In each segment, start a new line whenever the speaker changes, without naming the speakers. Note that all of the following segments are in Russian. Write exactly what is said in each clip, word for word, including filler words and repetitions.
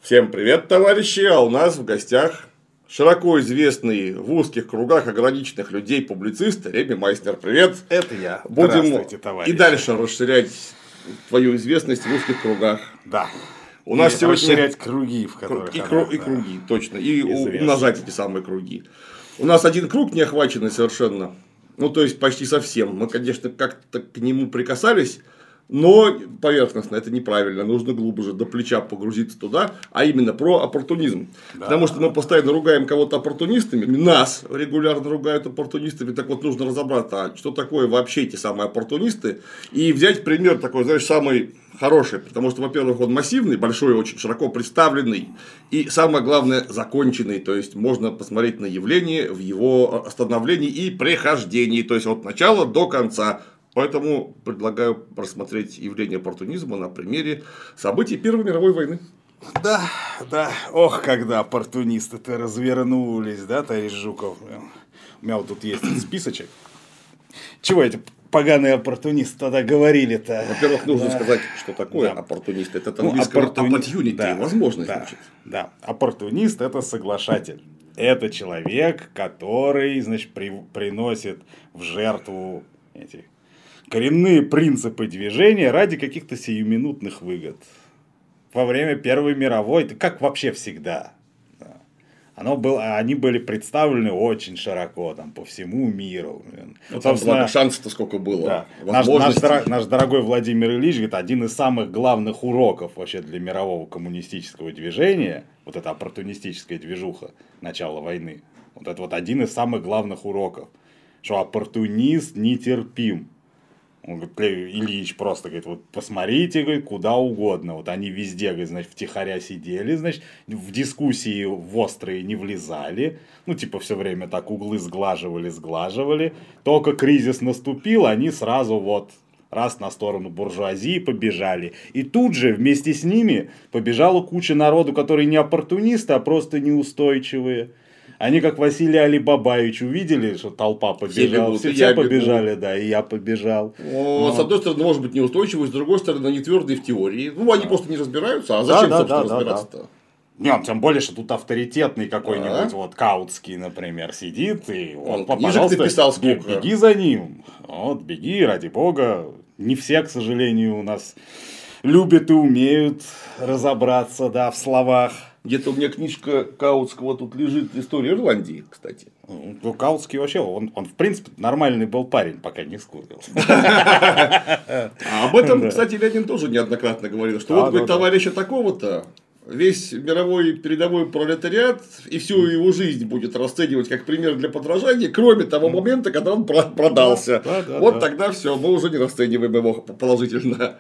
Всем привет, товарищи! А у нас в гостях широко известный в узких кругах ограниченных людей публицист Реми Майснер. Привет!
Это я.
Будем
Здравствуйте, товарищи.
и дальше расширять твою известность в узких кругах.
Да.
У нас
и
сегодня...
расширять круги, в которых
и,
она,
кру... и
да,
круги, точно. И
известна.
умножать эти самые круги. У нас один круг не охваченный совершенно. Ну, то есть, почти совсем. Мы, конечно, как-то к нему прикасались, но поверхностно, это неправильно. Нужно глубже, до плеча погрузиться туда, а именно про оппортунизм. Да. Потому что мы постоянно ругаем кого-то оппортунистами, нас регулярно ругают оппортунистами. Так вот, нужно разобраться, а что такое вообще эти самые оппортунисты, и взять пример такой, знаешь, самый хороший. Потому что, во-первых, он массивный, большой, очень широко представленный, и самое главное, законченный. То есть, можно посмотреть на явление в его становлении и прихождении. То есть, от начала до конца. Поэтому предлагаю рассмотреть явление оппортунизма на примере событий Первой мировой войны.
Да, да. Ох, когда оппортунисты-то развернулись, да, товарищ Жуков? У меня вот тут есть списочек. Чего эти поганые оппортунисты тогда говорили-то?
Во-первых, нужно
да.
сказать, что такое да. оппортунист. Это от английского
ну, оппортуни...
opportunity,
да,
возможность.
Да, да. Оппортунист – это соглашатель. Это человек, который, значит, при... приносит в жертву эти коренные принципы движения ради каких-то сиюминутных выгод. Во время Первой мировой, это как вообще всегда. Оно было, они были представлены очень широко, там, по всему миру.
Ну, собственно, шансов-то сколько было.
Да. Наш, наш, наш дорогой Владимир Ильич говорит, один из самых главных уроков вообще для мирового коммунистического движения, вот эта оппортунистическая движуха начала войны, вот это вот один из самых главных уроков, что оппортунист нетерпим. Он говорит, Ильич просто говорит, вот посмотрите, говорит, куда угодно. Вот они везде, говорит, значит, втихаря сидели, значит, в дискуссии в острые не влезали. Ну, типа, все время так углы сглаживали, сглаживали. Только кризис наступил, они сразу вот раз на сторону буржуазии побежали. И тут же вместе с ними побежала куча народу, которые не оппортунисты, а просто неустойчивые. Они, как Василий Алибабаевич, увидели, что толпа побежала, все, все, все побежали, да, и я побежал.
О, Но... С одной стороны, может быть неустойчивость, с другой стороны, они твердые в теории. Ну, они да. просто не разбираются, а зачем, да, собственно, да, разбираться-то? Да,
да. Нет, тем более, что тут авторитетный какой-нибудь, а? вот Каутский, например, сидит, и
он, он пожалуйста, написал сколько.
Беги за ним, вот, беги, ради бога. Не все, к сожалению, у нас любят и умеют разобраться, да, в словах.
Где-то у меня книжка Каутского тут лежит, история Ирландии, кстати.
Ну, Каутский вообще, он, он в принципе нормальный был парень, пока не скурился.
Об этом, кстати, Ленин тоже неоднократно говорил, что вот, говорит, товарища такого-то, весь мировой передовой пролетариат и всю его жизнь будет расценивать как пример для подражания, кроме того момента, когда он продался. Вот тогда все, мы уже не расцениваем его положительно.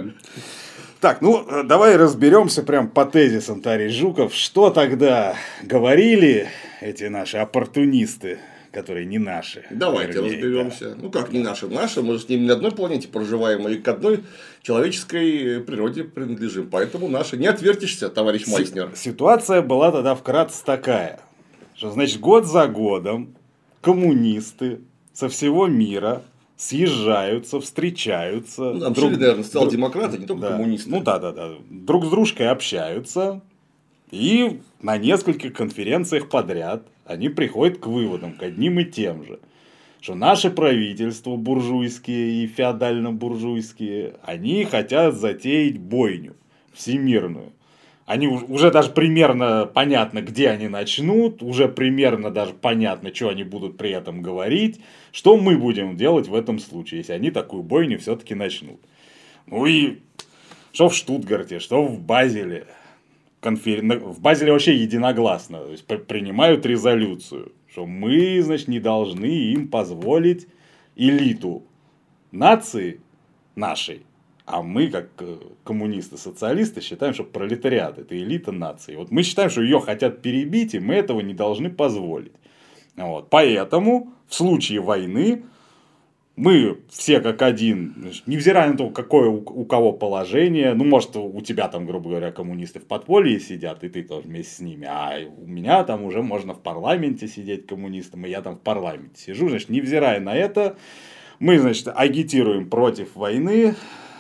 Так, ну давай разберемся прям по тезисам, товарищ Жуков. Что тогда говорили эти наши оппортунисты, которые не наши?
Давайте вернее, разберемся. Да. Ну как не наши? Наши, мы же с ними на одной планете проживаем, и к одной человеческой природе принадлежим. Поэтому наши. Не отвертишься, товарищ С- Майснер.
Ситуация была тогда вкратце такая, что, значит, год за годом коммунисты со всего мира съезжаются, встречаются.
Ну, там друг, шли, наверное, социал-демократы, не только
да,
коммунисты.
Ну да, да, да. Друг с дружкой общаются. И на нескольких конференциях подряд они приходят к выводам, к одним и тем же. Что наши правительства буржуйские и феодально-буржуйские, они хотят затеять бойню всемирную. Они уже даже примерно понятно, где они начнут, уже примерно даже понятно, что они будут при этом говорить, что мы будем делать в этом случае, если они такую бойню все-таки начнут. Ну и что в Штутгарте, что в Базеле. Конфер... В Базеле вообще единогласно, то есть принимают резолюцию, что мы, значит, не должны им позволить элиту нации нашей. А мы, как коммунисты-социалисты, считаем, что пролетариат – это элита нации. Вот мы считаем, что ее хотят перебить, и мы этого не должны позволить. Вот. Поэтому в случае войны мы все как один, невзирая на то, какое у, у кого положение, ну, может, у тебя там, грубо говоря, коммунисты в подполье сидят, и ты тоже вместе с ними, а у меня там уже можно в парламенте сидеть коммунистом, и я там в парламенте сижу, значит, невзирая на это, мы, значит, агитируем против войны,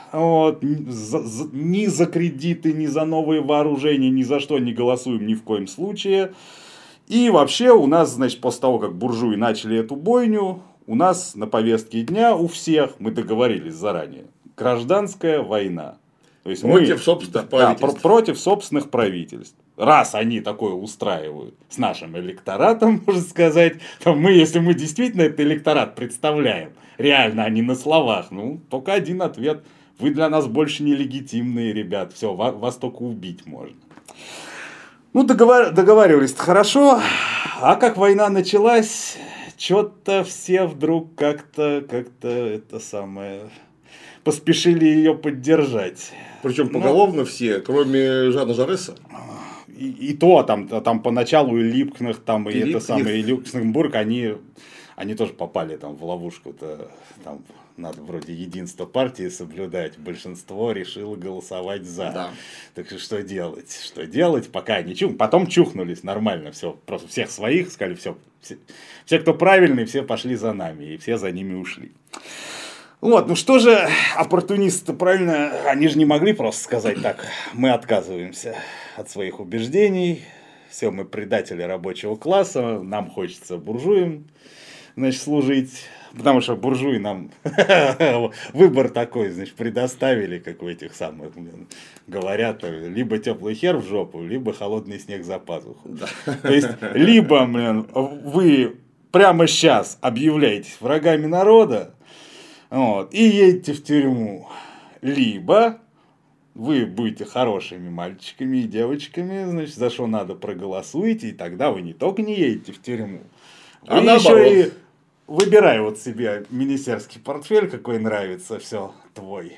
Вот, за, за, ни за кредиты, ни за новые вооружения, ни за что не голосуем ни в коем случае. И вообще у нас, значит, после того, как буржуи начали эту бойню, у нас на повестке дня у всех, мы договорились заранее, гражданская война. То есть
против
мы,
собственных
да,
правительств.
против собственных правительств. Раз они такое устраивают с нашим электоратом, можно сказать, то мы, если мы действительно этот электорат представляем, реально, а не на словах, ну, только один ответ. Вы для нас больше нелегитимные, ребят. Все, вас только убить можно. Ну, договор... договаривались-то хорошо. А как война началась, что-то все вдруг как-то, как-то это самое... поспешили ее поддержать.
Причем поголовно Но... все, кроме Жана Жареса.
И, и то, там, там поначалу и Липкнах, там, и, и это
Липкнах.
самое, и Люксембург, они, они тоже попали там в ловушку-то. Там надо вроде единство партии соблюдать. Большинство решило голосовать за.
Да.
Так что что делать? Что делать? Пока не чух. Потом чухнулись нормально. Все. Просто всех своих сказали, все, все, все, кто правильный, все пошли за нами. И все за ними ушли. Вот, ну что же, оппортунисты, правильно, они же не могли просто сказать так, мы отказываемся от своих убеждений, все, мы предатели рабочего класса, нам хочется буржуям, значит, служить, потому что буржуи нам выбор такой, значит, предоставили, как у этих самых, говорят, либо теплый хер в жопу, либо холодный снег за пазуху. То есть, либо, блин, вы прямо сейчас объявляетесь врагами народа, вот, и едете в тюрьму. Либо вы будете хорошими мальчиками и девочками, значит, за что надо проголосуете, и тогда вы не только не едете в тюрьму, вы
а
еще и выбирай вот себе министерский портфель, какой нравится, все, твой.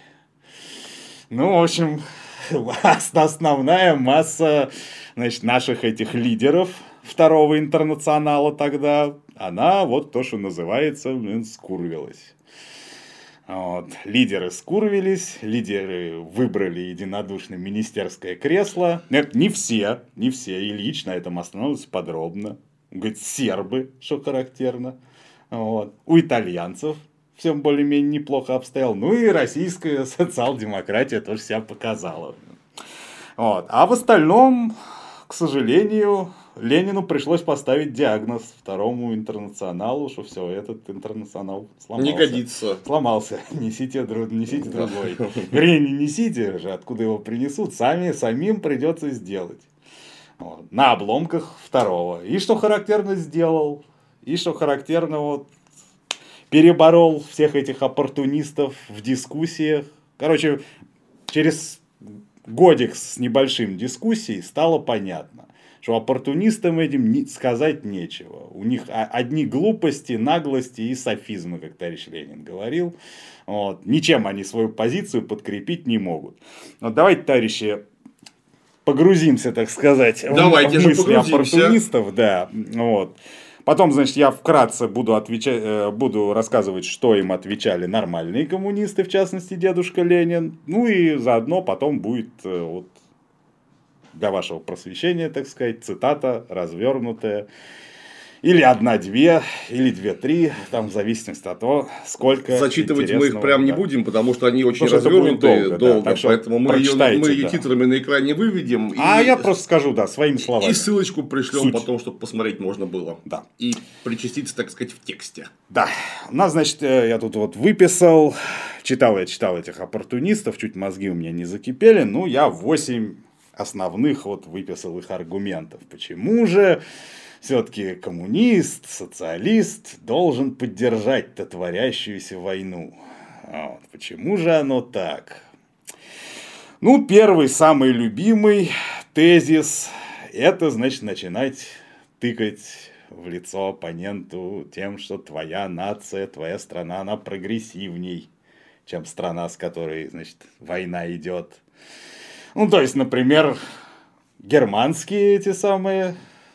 Ну, в общем, основная масса, значит, наших этих лидеров второго интернационала тогда, она вот то, что называется, блин, скурвилась. Вот. Лидеры скурвились, лидеры выбрали единодушно министерское кресло. Нет, не все, не все. Ильич на этом остановился подробно. Он говорит, сербы, что характерно. Вот. У итальянцев всем более-менее неплохо обстоял. Ну и российская социал-демократия тоже себя показала. Вот. А в остальном, к сожалению, Ленину пришлось поставить диагноз второму интернационалу, что все, этот интернационал сломался.
Не годится.
Сломался. Несите, несите другой. Вернее, не несите же, откуда его принесут. Сами, самим придется сделать. Вот. На обломках второго. И что характерно сделал. И что характерно, вот, переборол всех этих оппортунистов в дискуссиях. Короче, через годик с небольшим дискуссий стало понятно, что оппортунистам этим сказать нечего. У них одни глупости, наглости и софизмы, как товарищ Ленин говорил. Вот. Ничем они свою позицию подкрепить не могут. Вот давайте, товарищи, погрузимся, так сказать,
давайте
в мысли
погрузимся.
Оппортунистов. Да. Вот. Потом, значит, я вкратце буду, отвечать, буду рассказывать, что им отвечали нормальные коммунисты, в частности, дедушка Ленин. Ну и заодно потом будет вот, для вашего просвещения, так сказать, цитата развернутая. Или одна-две, или две-три, там в зависимости от того, сколько.
Зачитывать мы их прям не
да.
будем, потому что они очень
потому
развернутые
долго,
долго,
да.
поэтому мы ее, мы ее
да.
титрами на экране выведем.
А
и...
я просто скажу, да, своими словами.
И ссылочку пришлем
Суть.
Потом, чтобы посмотреть можно было.
Да.
И причаститься, так сказать, в тексте.
Да. У нас, значит, я тут вот выписал, читал я читал этих оппортунистов, чуть мозги у меня не закипели, ну, я восемь основных вот выписал их аргументов. Почему же все-таки коммунист, социалист должен поддержать-то творящуюся войну? Вот. Почему же оно так? Ну, первый, самый любимый тезис, это, значит, начинать тыкать в лицо оппоненту тем, что твоя нация, твоя страна, она прогрессивней, чем страна, с которой, значит, война идет. Ну, то есть, например, германские эти самые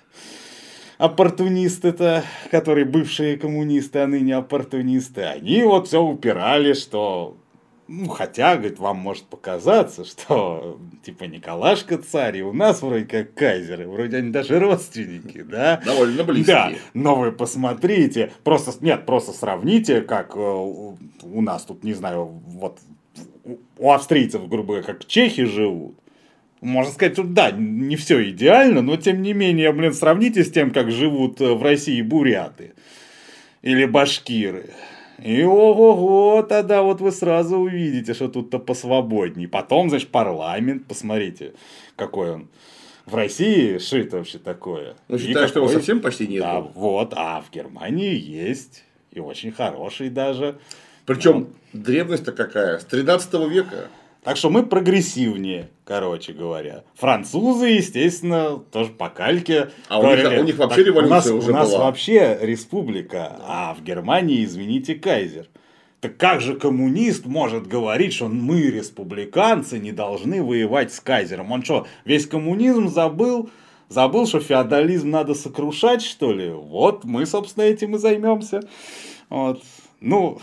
оппортунисты-то, которые бывшие коммунисты, а ныне оппортунисты, они вот все упирали, что, ну, хотя, говорит, вам может показаться, что, типа, Николашка царь, и у нас вроде как кайзеры, вроде они даже родственники, да?
Довольно близкие.
Да, но вы посмотрите, просто, нет, просто сравните, как у нас тут, не знаю, вот, у австрийцев, грубо говоря, как чехи живут. Можно сказать, что да, не все идеально, но тем не менее, блин, сравните с тем, как живут в России буряты или башкиры. И ого-го, тогда вот вы сразу увидите, что тут-то посвободней. Потом, значит, парламент, посмотрите, какой он в России, что это вообще такое.
Ну, считаю, что его
какой...
совсем почти нет.
Да, вот, а в Германии есть, и очень хороший даже.
Причем вот. Древность-то какая, с тринадцатого века.
Так что мы прогрессивнее, короче говоря. Французы, естественно, тоже по кальке.
А у них, у них вообще революция
у нас,
уже
у нас
была.
вообще республика, а в Германии, извините, кайзер. Так как же коммунист может говорить, что мы, республиканцы, не должны воевать с кайзером? Он что, весь коммунизм забыл? Забыл, что феодализм надо сокрушать, что ли? Вот мы, собственно, этим и займемся. Вот. Ну...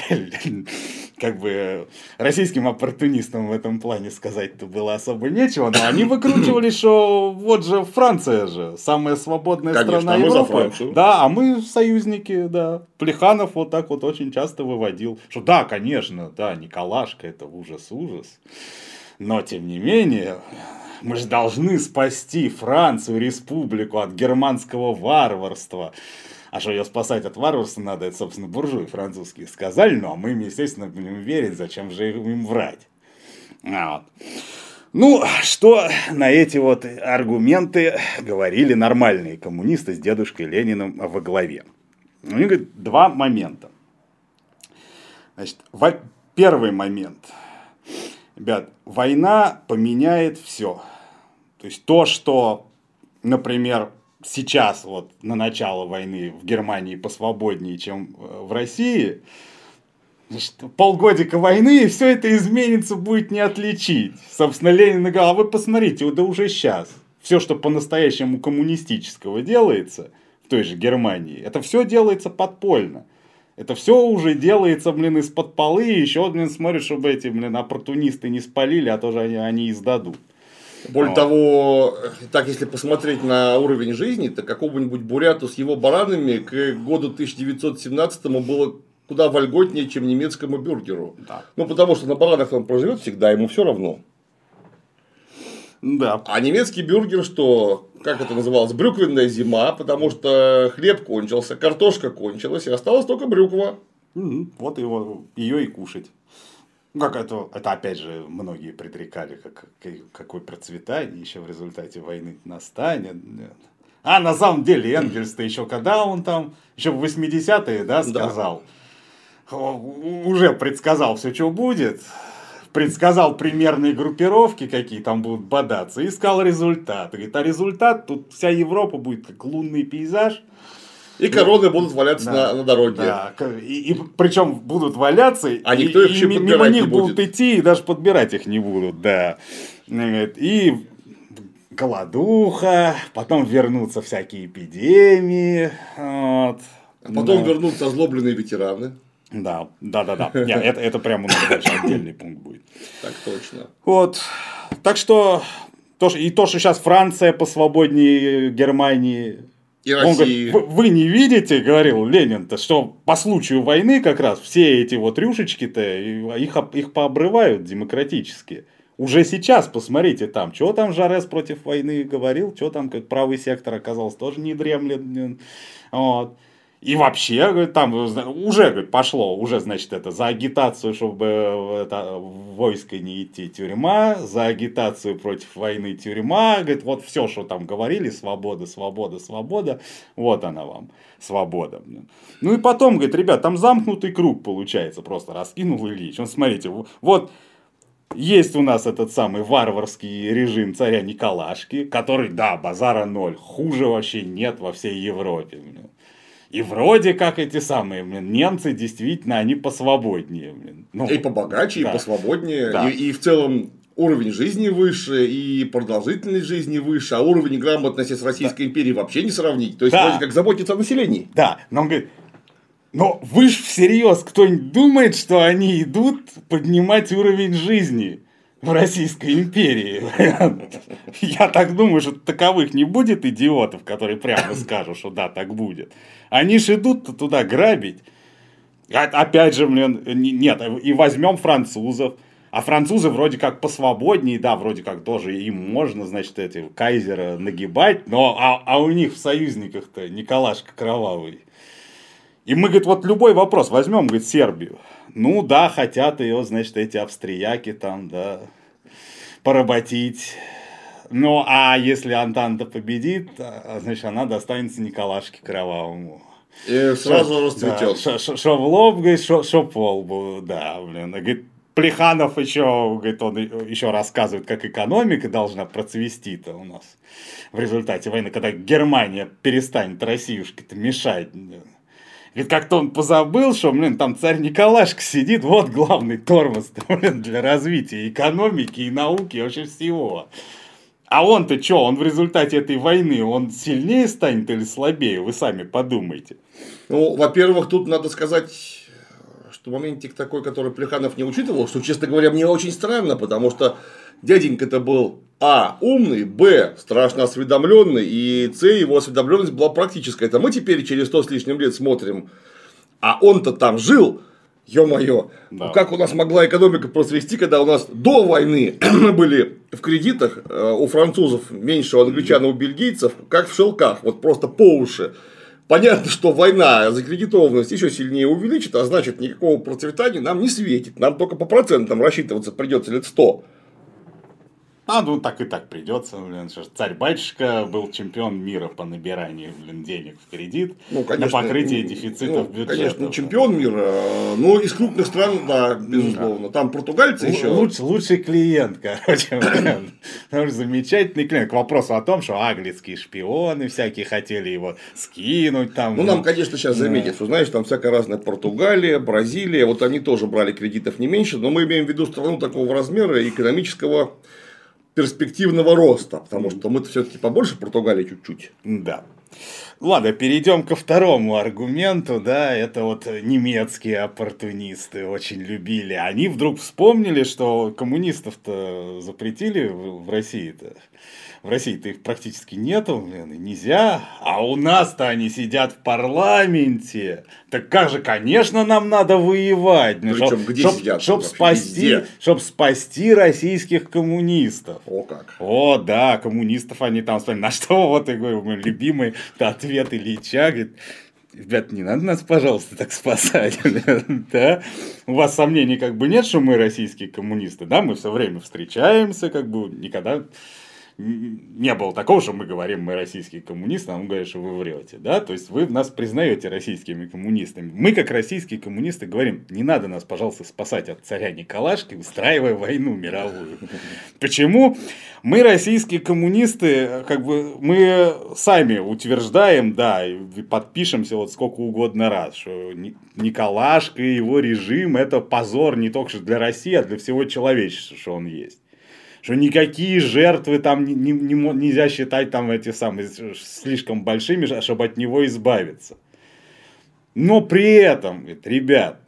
как бы российским оппортунистам в этом плане сказать-то было особо нечего, но они выкручивали, что вот же Франция же, самая свободная
Конечно,
страна
а мы
Европы.
за Францию.
Да, а мы союзники, да. Плеханов вот так вот очень часто выводил, что да, конечно, да, Николашка это ужас-ужас, но тем не менее... Мы же должны спасти Францию, республику от германского варварства. А что ее спасать от варварства надо, это, собственно, буржуи французские сказали, ну, а мы им, естественно, будем верить, зачем же им врать. Вот. Ну, что на эти вот аргументы говорили нормальные коммунисты с дедушкой Лениным во главе. У них, говорит, два момента. Значит, первый момент. Ребят, война поменяет все. То есть то, что, например, сейчас вот на начало войны в Германии посвободнее, чем в России, значит, полгодика войны, и все это изменится, будет не отличить. Собственно, Ленин говорил, а вы посмотрите, да уже сейчас. Все, что по-настоящему коммунистического делается в той же Германии, это все делается подпольно. Это все уже делается, блин, из-под полы, и еще, блин, смотрят, чтобы эти, блин, оппортунисты не спалили, а тоже они, они издадут.
Более вот. того, так если посмотреть на уровень жизни, то какому-нибудь буряту с его баранами к году тысяча девятьсот семнадцатому было куда вольготнее, чем немецкому бюргеру.
Да.
Ну, потому что на баранах он проживет всегда, ему все равно.
Да.
А немецкий бюргер, что, как это называлось, брюквенная зима, потому что хлеб кончился, картошка кончилась, и осталась только брюква.
Mm-hmm. Вот его, ее и кушать. Ну, как это, это опять же многие предрекали, как, какое процветание еще в результате войны настанет. А на самом деле Энгельс-то еще когда он там, еще в восьмидесятые, да, сказал, да. Уже предсказал все, что будет. Предсказал примерные группировки, какие там будут бодаться, и искал результат. Говорит, а результат, тут вся Европа будет как лунный пейзаж.
И короны будут валяться
да,
на, на дороге.
Да, и, и причем будут валяться,
а
и,
никто их
и мимо них будут
будет.
идти, и даже подбирать их не будут. Да. И голодуха, потом вернутся всякие эпидемии. Вот.
А потом да. вернутся озлобленные ветераны.
Да, да, да, да. Нет, это, это прямо у нас дальше отдельный пункт будет.
Так точно.
Вот. Так что, то, и то, что сейчас Франция посвободнее Германии.
И России.
Говорит, вы, вы не видите, говорил Ленин-то, что по случаю войны как раз все эти вот рюшечки-то, их, их пообрывают демократически. Уже сейчас, посмотрите там, что там Жарес против войны говорил, что там как правый сектор оказался, тоже не дремлет. Вот. И вообще, говорит, там уже говорит, пошло, уже, значит, это за агитацию, чтобы это, в войско не идти, тюрьма, за агитацию против войны тюрьма, говорит, вот все, что там говорили, свобода, свобода, свобода, вот она вам, свобода. Ну и потом, говорит, ребят, там замкнутый круг получается, просто раскинул Ильич. Он, смотрите, вот есть у нас этот самый варварский режим царя Николашки, который, да, базара ноль, хуже вообще нет во всей Европе. И вроде как эти самые блин, немцы действительно они посвободнее. Блин. Ну,
и побогаче, да. и посвободнее.
Да.
И, и в целом уровень жизни выше, и продолжительность жизни выше, а уровень грамотности с Российской да. империей вообще не сравнить. То есть, да. вроде как заботиться о населении.
Да, но он говорит, но вы ж всерьез кто-нибудь думает, что они идут поднимать уровень жизни в Российской империи? Я так думаю, что таковых не будет идиотов, которые прямо скажут, что да, так будет. Они ж идут туда грабить. Опять же, блин, нет, и возьмем французов. А французы вроде как посвободнее, да, вроде как тоже им можно, значит, эти кайзера нагибать, но а, а у них в союзниках-то Николашка кровавый. И мы, говорит, вот любой вопрос, возьмем, говорит, Сербию. Ну да, хотят ее, значит, эти австрияки там, да, поработить. Ну, а если Антанта победит, значит, она достанется Николашке кровавому.
И сразу шо, расцветет.
Да, шо в лоб, говорит, шо по лбу, да, блин, говорит, Плеханов еще, говорит, он еще рассказывает, как экономика должна процвести-то у нас в результате войны, когда Германия перестанет Россиюшке-то мешать. Говорит, как-то он позабыл, что, блин, там царь Николашка сидит, вот главный тормоз, блин, для развития экономики и науки, вообще всего. А он-то что, он в результате этой войны, он сильнее станет или слабее, вы сами подумайте.
Ну, во-первых, тут надо сказать, что моментик такой, который Плеханов не учитывал, что, честно говоря, мне очень странно, потому что дяденька-то был а. умный, б. страшно осведомленный, и с. его осведомленность была практическая. Это мы теперь через сто с лишним лет смотрим, а он-то там жил. Ё-моё, да. Как у нас могла экономика процвести, когда у нас до войны мы были в кредитах, у французов меньше, у англичан и у бельгийцев, как в шелках, вот просто по уши. Понятно, что война закредитованность еще сильнее увеличит, а значит, никакого процветания нам не светит. Нам только по процентам рассчитываться придется лет сто.
А, ну так и так придется, блин, что царь-батюшка был чемпион мира по набиранию, блин, денег в кредит, ну, конечно, на покрытие дефицитов
ну,
бюджета.
Конечно, чемпион мира, но из крупных стран, да, безусловно. Там португальцы Л- еще.
Луч, лучший клиент, короче, блин, замечательный клиент. К вопросу о том, что английские шпионы всякие хотели его скинуть там.
Ну, нам, конечно, сейчас заметят, что, знаешь, там всякая разная Португалия, Бразилия, вот они тоже брали кредитов не меньше, но мы имеем в виду страну такого размера экономического перспективного роста, потому что мы-то все-таки побольше Португалии чуть-чуть.
Да. Ладно, перейдем ко второму аргументу, да, это вот немецкие оппортунисты очень любили. Они вдруг вспомнили, что коммунистов-то запретили в России-то. В России-то их практически нету, блин, нельзя. А у нас-то они сидят в парламенте. Так как же, конечно, нам надо воевать.
Причем
чтоб,
где
чтоб,
сидят?
Чтоб спасти, чтоб спасти российских коммунистов.
О как.
О, да, коммунистов они там вспомнили. На что вот, я говорю, мой любимый ответ Ильича, говорит, ребят, не надо нас, пожалуйста, так спасать. Да? У вас сомнений как бы нет, что мы российские коммунисты, да? Мы все время встречаемся, как бы никогда не было такого, что мы говорим, мы российские коммунисты, а мы говорим, что вы врете, да? То есть вы нас признаете российскими коммунистами. Мы, как российские коммунисты, говорим, не надо нас, пожалуйста, спасать от царя Николашки, устраивая войну мировую. Почему? Мы, российские коммунисты, как бы мы сами утверждаем, да, и подпишемся вот сколько угодно раз, что Николашка и его режим это позор не только для России, а для всего человечества, что он есть. Что никакие жертвы там не, не, не, нельзя считать там эти самые слишком большими, чтобы от него избавиться. Но при этом, говорит, ребят,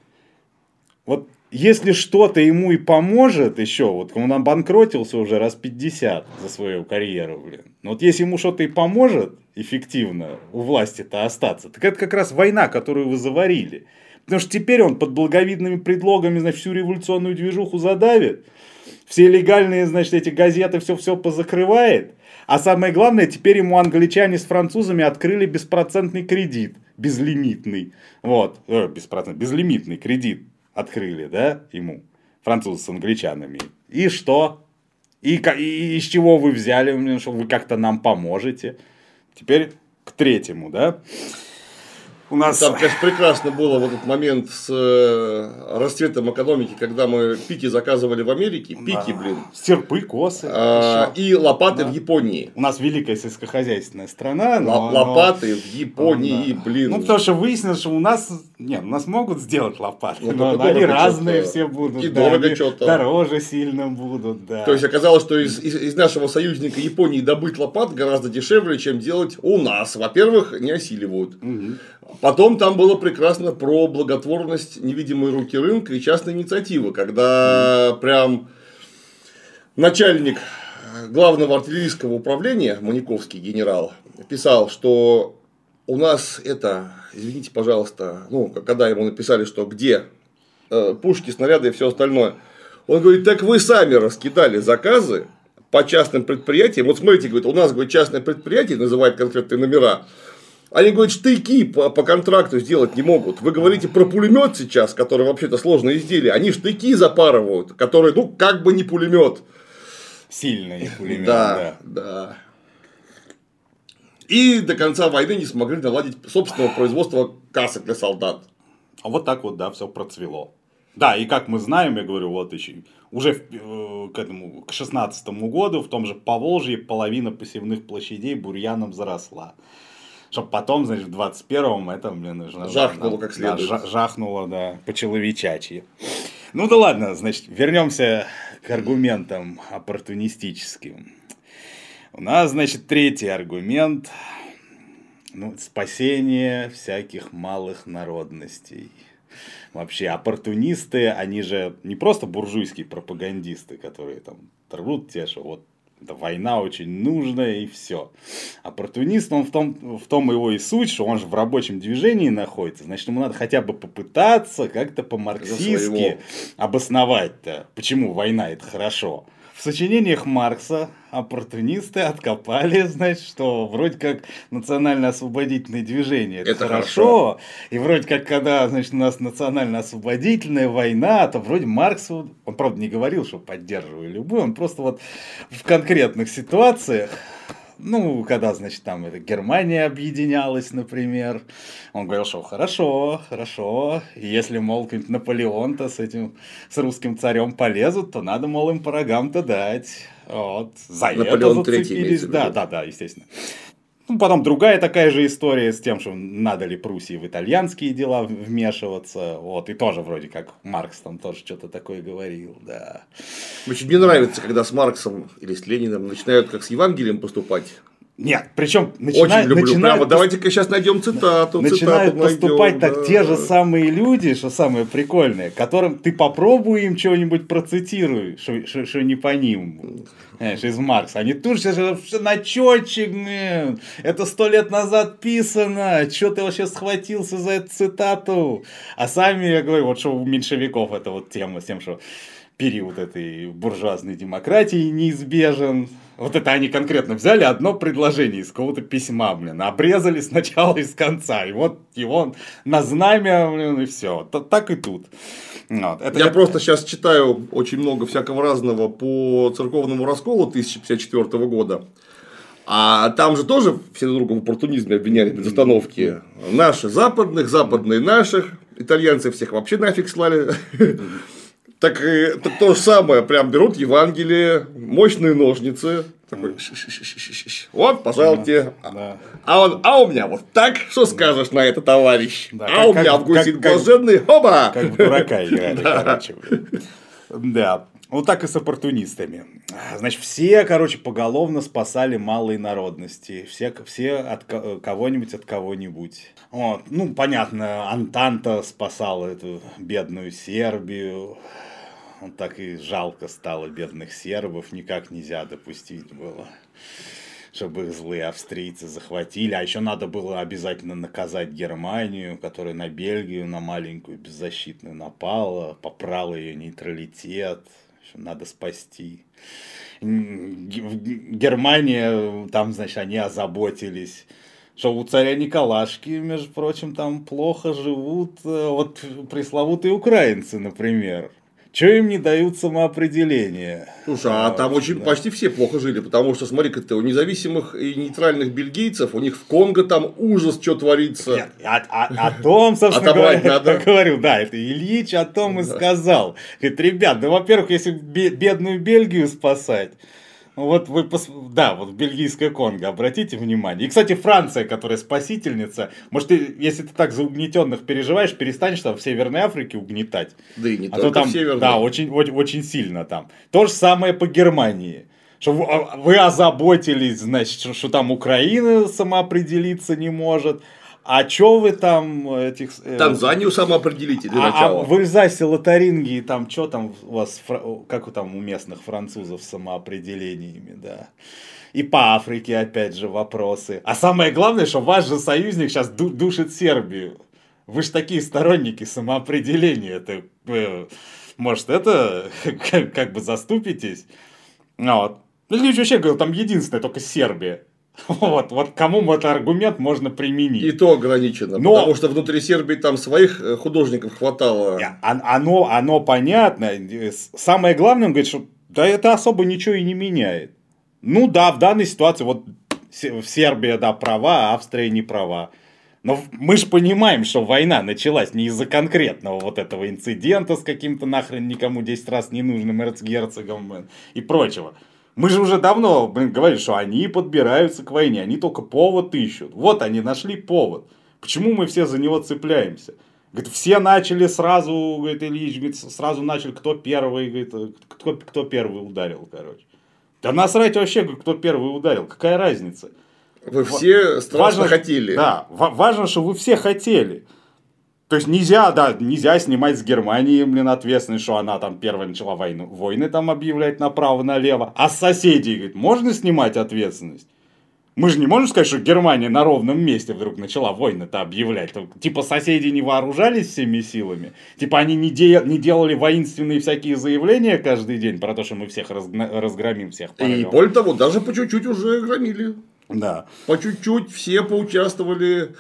вот если что-то ему и поможет еще, вот он обанкротился уже раз пятьдесят за свою карьеру, блин. Но вот если ему что-то и поможет эффективно у власти-то остаться, так это как раз война, которую вы заварили. Потому что теперь он под благовидными предлогами, значит, всю революционную движуху задавит. Все легальные, значит, эти газеты все-все позакрывает. А самое главное, теперь ему англичане с французами открыли беспроцентный кредит. Безлимитный. Вот. Э, беспроцентный. Безлимитный кредит открыли, да, ему. Французы с англичанами. И что? И, и из чего вы взяли, что вы как-то нам поможете? Теперь к третьему, да.
У нас... Там, конечно, прекрасно было в этот момент с э, расцветом экономики, когда мы пики заказывали в Америке. Пики, да. Блин.
Серпы, косы.
А, и лопаты, да. В Японии.
У нас великая сельскохозяйственная страна.
Но, лопаты но... в Японии, да. Блин.
Ну, потому что выяснилось, что у нас... Нет, у нас могут сделать лопаты. Ну, но они разные все будут.
И
да,
дорого что-то.
Дороже сильно будут, да.
То есть, оказалось, что из, из, из нашего союзника Японии добыть лопат гораздо дешевле, чем делать у нас. Во-первых, не осиливают. Угу. Потом там было прекрасно про благотворность невидимой руки рынка и частной инициативы, когда mm. прям начальник главного артиллерийского управления, Маниковский генерал, писал, что у нас это, извините, пожалуйста, ну, когда ему написали, что где э, пушки, снаряды и все остальное, он говорит, так вы сами раскидали заказы по частным предприятиям. Вот смотрите, говорит, у нас, говорит, частное предприятие, называет конкретные номера. Они, говорят, штыки по, по контракту сделать не могут. Вы говорите про пулемет сейчас, который вообще-то сложное изделие. Они штыки запарывают, которые, ну, как бы не пулемет.
Сильный пулемет.
Да, да, да. И до конца войны не смогли наладить собственного производства касок для солдат.
А вот так вот, да, все процвело. Да, и как мы знаем, я говорю, вот еще уже к этому, к шестнадцатому году в том же Поволжье половина посевных площадей бурьяном заросла. Чтоб потом, значит, в двадцать первом это, блин,
жахнуло как следует.
Да, жахнуло, да, по-человечачьи. Ну да ладно, значит, вернемся к аргументам оппортунистическим. У нас, значит, третий аргумент. Ну, спасение всяких малых народностей. Вообще, оппортунисты, они же не просто буржуйские пропагандисты, которые там трут те, что вот эта война очень нужная и все. Оппортунист, он в том, в том его и суть, что он же в рабочем движении находится. Значит, ему надо хотя бы попытаться как-то по-марксистски обосновать-то, почему война это хорошо. В сочинениях Маркса оппортунисты откопали, значит, что вроде как национально-освободительное движение это, это хорошо, хорошо, и вроде как когда, значит, у нас национально-освободительная война, то вроде Маркс, он правда не говорил, что поддерживаю любую, он просто вот в конкретных ситуациях, ну, когда, значит, там это Германия объединялась, например, он говорил, что хорошо, хорошо, и если, мол, Наполеон-то с этим, с русским царем полезут, то надо, мол, им по рогам-то дать. Вот, за
Наполеон
это зацепились. Да, да, да, естественно. Ну, потом другая такая же история с тем, что надо ли Пруссии в итальянские дела вмешиваться. Вот, и тоже вроде как Маркс там тоже что-то такое говорил, да.
Очень мне нравится, когда с Марксом или с Лениным начинают как с Евангелием поступать.
Нет, причем начинают...
Очень люблю.
Начинают
Прямо, давайте-ка сейчас найдем цитату.
Начинают
цитату
поступать
найдем,
так
да.
те же самые люди, что самое прикольное, которым ты попробуй им что-нибудь процитируй, что, что, что не по ним. Знаешь, из Маркса. Они тут же начетчик, это сто лет назад писано, что ты вообще схватился за эту цитату. А сами, я говорю, вот что у меньшевиков это вот тема с тем, что период этой буржуазной демократии неизбежен. Вот это они конкретно взяли одно предложение из какого-то письма, блин, обрезали сначала и с конца. И вот его на знамя, блин, и все. Так и тут. Вот. Это
я, я просто
это...
сейчас читаю очень много всякого разного по церковному расколу тысяча пятьдесят четвёртого года. А там же тоже все друг друга в оппортунизме обвиняли без остановки. Наши западных, западные наших, итальянцы всех вообще нафиг слали. Так, так то же самое, прям берут Евангелие, мощные ножницы. Такой, вот, пожалуйте. Да, да. А, он, а у меня вот так, что скажешь на это, товарищ? Да, а как, у меня Августин Блаженный, оба!
Как в дурака играли, короче. Да, вот так и с оппортунистами. Значит, все, короче, поголовно спасали малые народности. Все, все от кого-нибудь от кого-нибудь. Вот. Ну, понятно, Антанта спасала эту бедную Сербию. Вот так и жалко стало бедных сербов. Никак нельзя допустить было, чтобы их злые австрийцы захватили. А еще надо было обязательно наказать Германию, которая на Бельгию, на маленькую беззащитную напала, попрала ее нейтралитет. Надо спасти. Германия, там, значит, они озаботились, что у царя Николашки, между прочим, там плохо живут вот пресловутые украинцы, например. Чего им не дают самоопределения?
Слушай, а, а там очень да. почти все плохо жили, потому что, смотри-ка ты, у независимых и нейтральных бельгийцев, у них в Конго там ужас, что творится.
Нет, о, о, о том, собственно говоря, я говорю, да, это Ильич о том и сказал. Говорит, ребят, да, во-первых, если бедную Бельгию спасать, вот вы, пос... да, вот в бельгийское Конго, обратите внимание. И, кстати, Франция, которая спасительница, может, ты, если ты так за угнетенных переживаешь, перестанешь там в Северной Африке угнетать.
Да и не
а
только
то там,
в Северной.
Да, очень, очень, очень сильно там. То же самое по Германии. Что вы, вы озаботились, значит, что, что там Украина самоопределиться не может. а чё вы там этих... Э,
Танзанию самоопределите для
а,
начала.
А в Эльзасе, Лотарингии, там чё там у вас, как у там у местных французов с самоопределениями, да. И по Африке опять же вопросы. А самое главное, что ваш же союзник сейчас ду- душит Сербию. Вы же такие сторонники самоопределения. Это, э, может, это как, как бы заступитесь? Ну, вот. Люди вообще говорят, там единственное, только Сербия. Вот, вот кому этот аргумент можно применить.
И то ограничено, Но... потому что внутри Сербии там своих художников хватало.
Оно, оно понятно. Самое главное, он говорит, что да это особо ничего и не меняет. Ну да, в данной ситуации вот Сербия, да, права, а Австрия не права. Но мы же понимаем, что война началась не из-за конкретного вот этого инцидента с каким-то нахрен никому десять раз ненужным эрцгерцогом и прочего. Мы же уже давно, блин, говорили, что они подбираются к войне, они только повод ищут. Вот они нашли повод. Почему мы все за него цепляемся? Говорит, все начали сразу, говорит Ильич, говорит, сразу начали, кто первый, говорит, кто, кто первый ударил, короче. Да насрать вообще, кто первый ударил, какая разница?
Вы все страшно
важно,
хотели.
Да, важно, что вы все хотели. То есть нельзя, да, нельзя снимать с Германии, блин, ответственность, что она там первая начала войну, войны там объявлять направо-налево. А с соседей, говорит, можно снимать ответственность? Мы же не можем сказать, что Германия на ровном месте вдруг начала войны-то объявлять. Типа соседи не вооружались всеми силами. Типа они не, де- не делали воинственные всякие заявления каждый день про то, что мы всех разгна- разгромим, всех порвем.
И более того, даже по чуть-чуть уже громили.
Да.
По чуть-чуть все поучаствовали.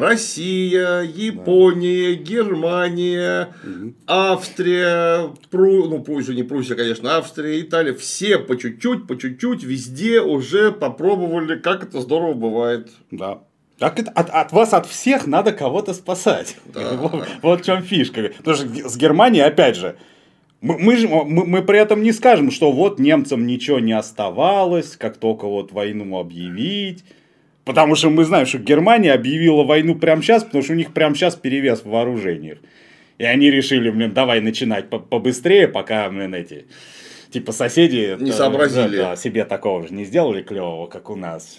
Россия, Япония, да. Германия, угу. Австрия, Пру... ну пусть не Пруссия, конечно, Австрия, Италия. Все по чуть-чуть, по чуть-чуть везде уже попробовали, как это здорово бывает.
Да. Так это, от, от вас, от всех надо кого-то спасать. Да. Вот, вот в чем фишка. Потому что с Германией, опять же, мы, мы, же, мы, мы при этом не скажем, что вот немцам ничего не оставалось, как только вот войну объявить. Потому что мы знаем, что Германия объявила войну прямо сейчас, потому что у них прямо сейчас перевес в вооружениях. И они решили, блин, давай начинать побыстрее, пока, блин, эти, типа, соседи...
Не сообразили.
Да, да, себе такого же не сделали клевого, как у нас.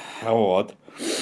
Вот.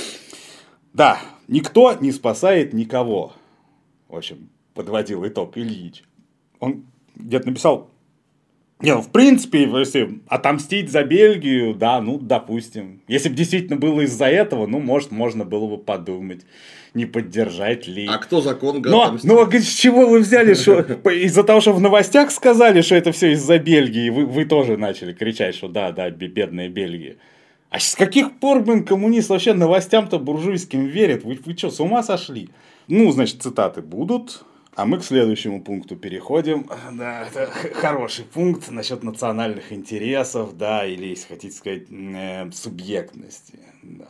Да, никто не спасает никого. В общем, подводил итог Ильич. Он где-то написал... Не, ну, в принципе, если отомстить за Бельгию, да, ну, допустим. Если бы действительно было из-за этого, ну, может, можно было бы подумать, не поддержать ли.
А кто закон
но, отомстить? Но, с чего вы взяли, что из-за того, что в новостях сказали, что это все из-за Бельгии, вы, вы тоже начали кричать, что да, да, бедная Бельгия. А с каких пор, блин, коммунист вообще новостям-то буржуйским верит? Вы, вы что, с ума сошли? Ну, значит, цитаты будут. А мы к следующему пункту переходим. Да, это хороший пункт насчет национальных интересов, да, или, если хотите сказать, э, субъектности. Да.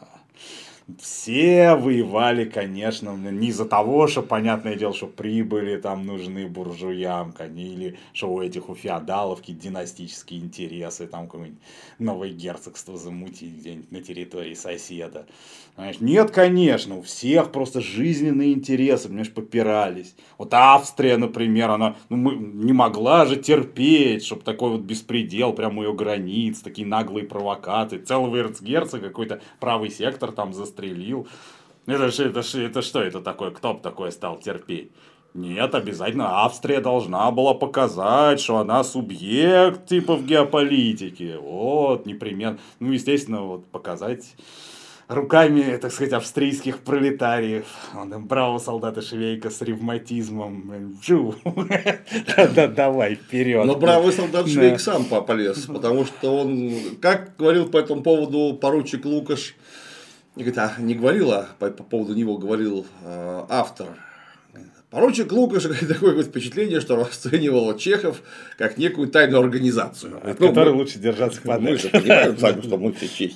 Все воевали, конечно, не из-за того, что, понятное дело, что прибыли там нужны буржуям, или что у этих, у феодалов какие-то династические интересы, там какое-нибудь новое герцогство замутить где-нибудь на территории соседа. Знаешь, нет, конечно, у всех просто жизненные интересы, понимаешь, попирались. Вот Австрия, например, она ну, мы, не могла же терпеть, чтобы такой вот беспредел прямо у ее границ, такие наглые провокации. Целого эрцгерцога какой-то правый сектор там застрелил. Это, это, это, это что это такое? Кто бы такое стал терпеть? Нет, обязательно Австрия должна была показать, что она субъект типа в геополитике. Вот, непременно. Ну, естественно, вот показать... руками, так сказать, австрийских пролетариев. Он там браво, солдаты Швейка с ревматизмом. Да, давай, вперед.
Но бравый солдат Швейк сам полез, потому что он, как говорил по этому поводу поручик Лукаш, не говорил, а по поводу него говорил автор. Поручик Лукаш, такое подвпечатление, что расценивал Чехов как некую тайную организацию.
От ну, которой мы, лучше держаться подальше.
Мы же понимаем сами, что мы все чехи.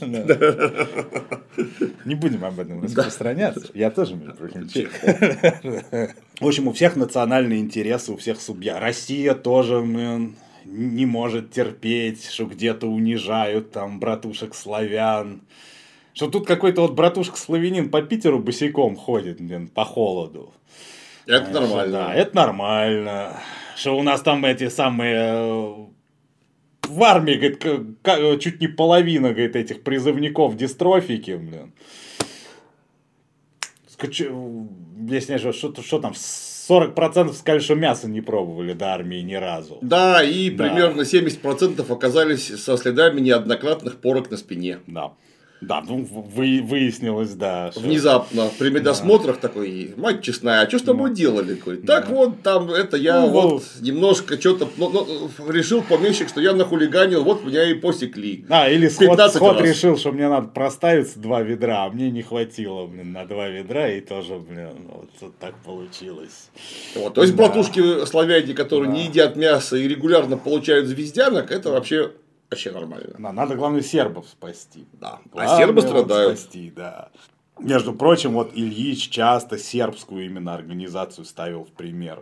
Не будем об этом распространяться. Я тоже, между прочим, чех. В общем, у всех национальные интересы, у всех субъектов. Россия тоже не может терпеть, что где-то унижают там братушек славян. Что тут какой-то вот братушка-славянин по Питеру босиком ходит, блин, по холоду.
Это Знаешь, нормально.
Да, это нормально. Что у нас там эти самые... В армии, говорит, чуть не половина, говорит, этих призывников дистрофики, блин. если что, что, что там, сорок процентов сказали, что мясо не пробовали до армии ни разу.
Да, и
Да.
примерно семьдесят процентов оказались со следами неоднократных порок на спине.
Да. Да, ну вы, выяснилось, да. Что...
Внезапно при медосмотрах да. такой, мать честная, а что с тобой да. делали? Такой, так да. вот, там, это я ну, вот немножко что-то ну, ну, решил помещик, что я нахулиганил, вот меня и посекли.
А, или сход, сход решил, что мне надо проставиться два ведра, а мне не хватило, блин, на два ведра, и тоже, блин, вот, вот так получилось.
Вот, то есть, да. братушки славяне, которые да. не едят мясо и регулярно получают звездянок, это вообще... Вообще нормально.
Да, надо, главное, сербов спасти.
Да.
Главное,
а сербы страдают.
Спасти, да. Между прочим, вот Ильич часто сербскую именно организацию ставил в пример.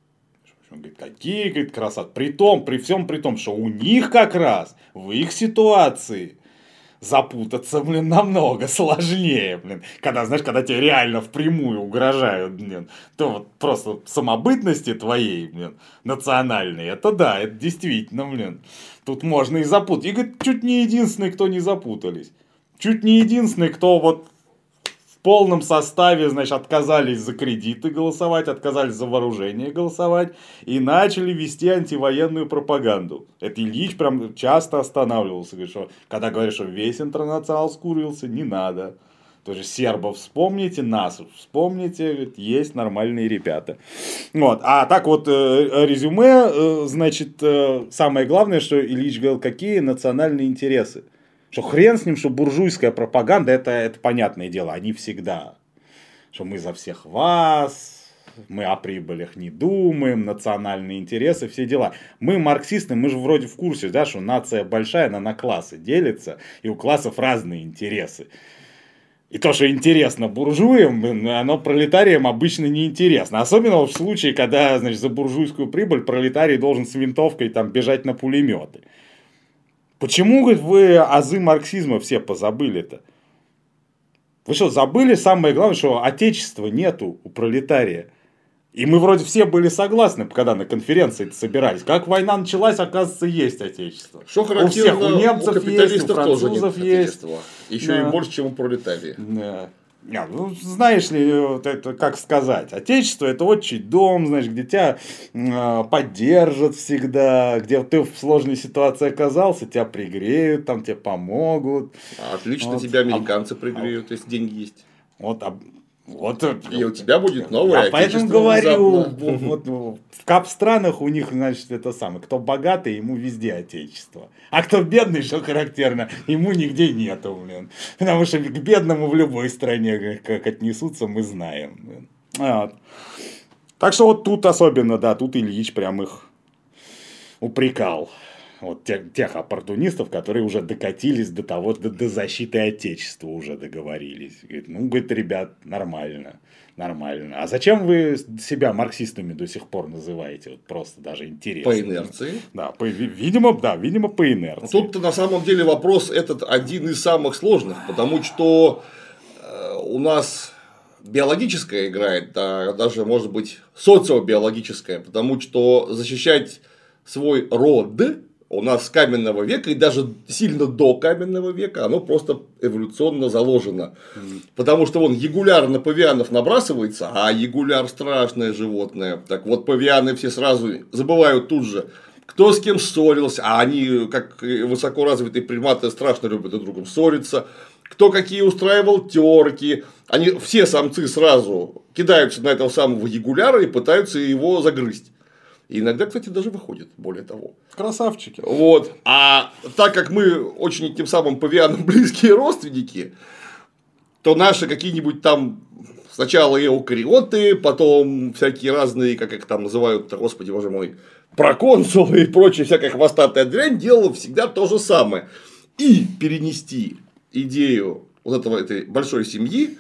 Он говорит, какие, говорит, красоты. При том, при всем при том, что у них как раз в их ситуации запутаться, блин, намного сложнее, блин. Когда, знаешь, когда тебе реально впрямую угрожают, блин, то вот просто самобытности твоей, блин, национальной, это да, это действительно, блин, тут можно и запутать. И, говорит, чуть не единственные, кто не запутались. Чуть не единственные, кто вот в полном составе, значит, отказались за кредиты голосовать, отказались за вооружение голосовать и начали вести антивоенную пропаганду. Это Ильич прям часто останавливался, говорит, что когда говорят, что весь интернационал скурился, не надо. То есть сербов вспомните, нас вспомните, говорит, есть нормальные ребята. Вот. А так вот э, резюме, э, значит, э, самое главное, что Ильич говорил, какие национальные интересы. Что хрен с ним, что буржуйская пропаганда, это, это понятное дело, они всегда. Что мы за всех вас, мы о прибылях не думаем, национальные интересы, все дела. Мы марксисты, мы же вроде в курсе, да, что нация большая, она на классы делится, и у классов разные интересы. И то, что интересно буржуям, оно пролетариям обычно не интересно. Особенно в случае, когда, значит, за буржуйскую прибыль пролетарий должен с винтовкой там бежать на пулеметы. Почему, говорит, вы азы марксизма все позабыли-то? Вы что, забыли самое главное, что отечества нету у пролетария? И мы вроде все были согласны, когда на конференции собирались. Как война началась, оказывается, есть отечество.
Что характерно,
у всех, у немцев
у капиталистов
есть, у французов
тоже нет
есть.
отечества. Еще да. и больше, чем у пролетария.
Да. Не, ну, знаешь ли, вот это, как сказать, отечество это отчий дом, знаешь, где тебя э, поддержат всегда, где ты в сложной ситуации оказался, тебя пригреют, там тебе помогут.
Отлично,
вот.
тебя американцы пригреют, а, если деньги есть.
Вот, а, вот,
и у тебя будет новое
я поэтому говорю, вот, вот, в кап-странах у них, значит, это самое, кто богатый, ему везде отечество. А кто бедный, что характерно, ему нигде нету, блин. Потому что к бедному в любой стране как отнесутся, мы знаем. Блин. Вот. Так что вот тут особенно, да, тут Ильич прям их упрекал. Вот тех, тех оппортунистов, которые уже докатились до того, до, до защиты Отечества уже договорились. Говорит, ну, говорит, ребят, нормально, нормально. А зачем вы себя марксистами до сих пор называете? Вот просто даже интересно.
По инерции.
Да, по, видимо, да, видимо, по инерции.
Тут на самом деле вопрос этот один из самых сложных, потому что э, у нас биологическая играет, да, даже, может быть, социобиологическая, потому что защищать свой род у нас с каменного века и даже сильно до каменного века оно просто эволюционно заложено. Mm. Потому что вон ягуляр на павианов набрасывается, а ягуляр страшное животное. Так вот, павианы все сразу забывают тут же, кто с кем ссорился, а они, как высокоразвитые приматы, страшно любят друг с другом ссориться. Кто какие устраивал терки. Они все самцы сразу кидаются на этого самого ягуляра и пытаются его загрызть. И иногда, кстати, даже выходит, более того.
Красавчики.
Вот. А так как мы очень тем самым павианам близкие родственники, то наши какие-нибудь там сначала эукариоты, потом всякие разные, как их там называют, господи боже мой, проконсулы и прочая всякая хвостатая дрянь делала всегда то же самое. И перенести идею вот этого, этой большой семьи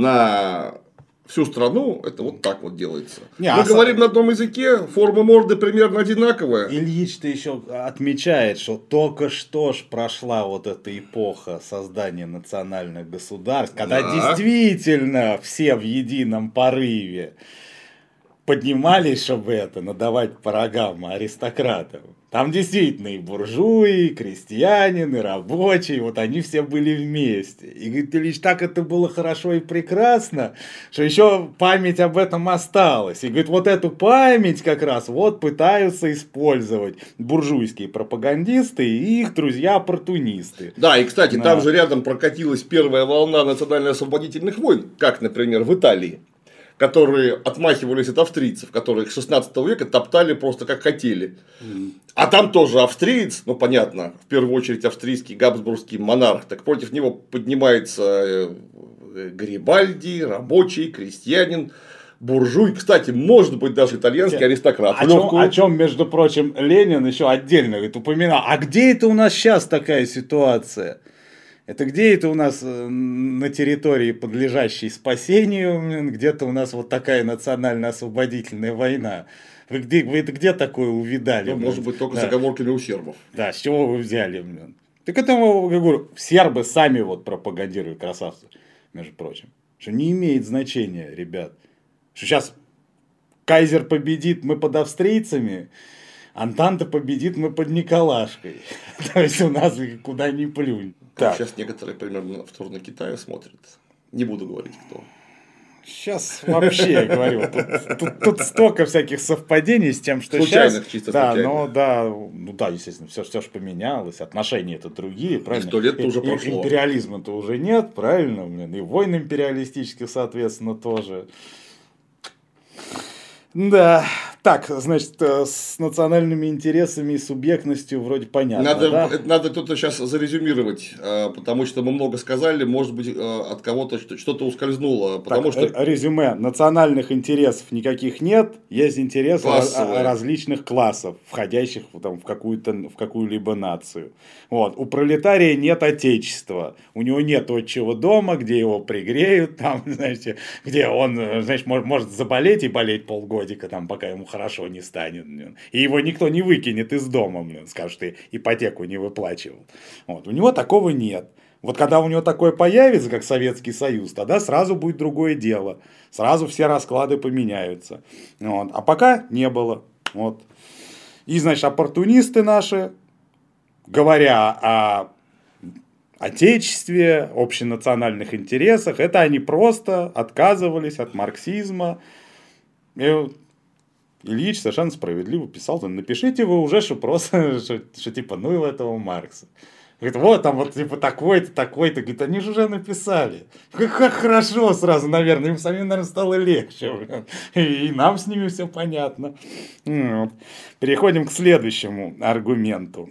на всю страну, это вот так вот делается. Не, Мы а говорим с... на одном языке, форма морды примерно одинаковая.
Ильич-то еще отмечает, что только что ж прошла вот эта эпоха создания национальных государств, когда да. действительно все в едином порыве поднимались, чтобы это, надавать по рогам аристократам. Там действительно и буржуи, и крестьянин, и рабочий, вот они все были вместе. И говорит, Ильич, так это было хорошо и прекрасно, что еще память об этом осталась. И говорит, вот эту память как раз вот пытаются использовать буржуйские пропагандисты и их друзья-оппортунисты.
Да, и, кстати,
Да.
там же рядом прокатилась первая волна национально-освободительных войн, как, например, в Италии, которые отмахивались от австрийцев, которых с шестнадцатого века топтали просто как хотели. А там тоже австриец, ну понятно, в первую очередь австрийский габсбургский монарх, так против него поднимается Гарибальди, рабочий, крестьянин, буржуй, кстати, может быть даже итальянский аристократ.
О чем, о чем, между прочим, Ленин еще отдельно говорит, упоминал, а где это у нас сейчас такая ситуация? Это где это у нас на территории, подлежащей спасению, где-то у нас вот такая национально-освободительная война? Вы где, вы это где такое увидали?
Ну, может быть, только
да.
с оговорками у сербов.
Да, с чего вы взяли? Блин? Так это, я говорю, сербы сами вот пропагандируют, красавцы, между прочим. Что не имеет значения, ребят. Что сейчас кайзер победит, мы под австрийцами, Антанта победит, мы под Николашкой. То есть у нас куда ни плюнь.
Так. Сейчас некоторые примерно в сторону Китая смотрят. Не буду говорить, кто.
Сейчас вообще, я говорю, тут, тут, тут столько всяких совпадений с тем, что
случайных,
сейчас...
чисто
да,
случайных.
ну да, ну да, естественно, все, все же поменялось, отношения это другие, правильно?
Сто лет-то
и,
уже
и,
прошло.
Империализма-то уже нет, правильно? И войн империалистических, соответственно, тоже. Да, так, значит, с национальными интересами и субъектностью вроде понятно.
Надо,
да?
надо тут сейчас зарезюмировать, потому что мы много сказали, может быть, от кого-то что-то ускользнуло. Потому
так,
что...
резюме. Национальных интересов никаких нет, есть интересы
Классовые.
различных классов, входящих там, в, какую-то, в какую-либо нацию. Вот. У пролетария нет отечества, у него нет отчего дома, где его пригреют, там, знаете, где он, знаешь, может, может заболеть и болеть полгодика, там, пока ему хорошо не станет. Блин. И его никто не выкинет из дома, блин, скажет, ты ипотеку не выплачивал. Вот. У него такого нет. Вот когда у него такое появится, как Советский Союз, тогда сразу будет другое дело. Сразу все расклады поменяются. Вот. А пока не было. Вот. И, значит, оппортунисты наши, говоря о отечестве, общенациональных интересах, это они просто отказывались от марксизма. И Ильич совершенно справедливо писал, напишите вы уже, что просто, что, что типа, ну его этого Маркса. Говорит, вот там вот типа такой-то, такой-то. Говорит, они же уже написали. Как, как хорошо сразу, наверное. Им самим, наверное, стало легче. И, и нам с ними все понятно. Вот. Переходим к следующему аргументу.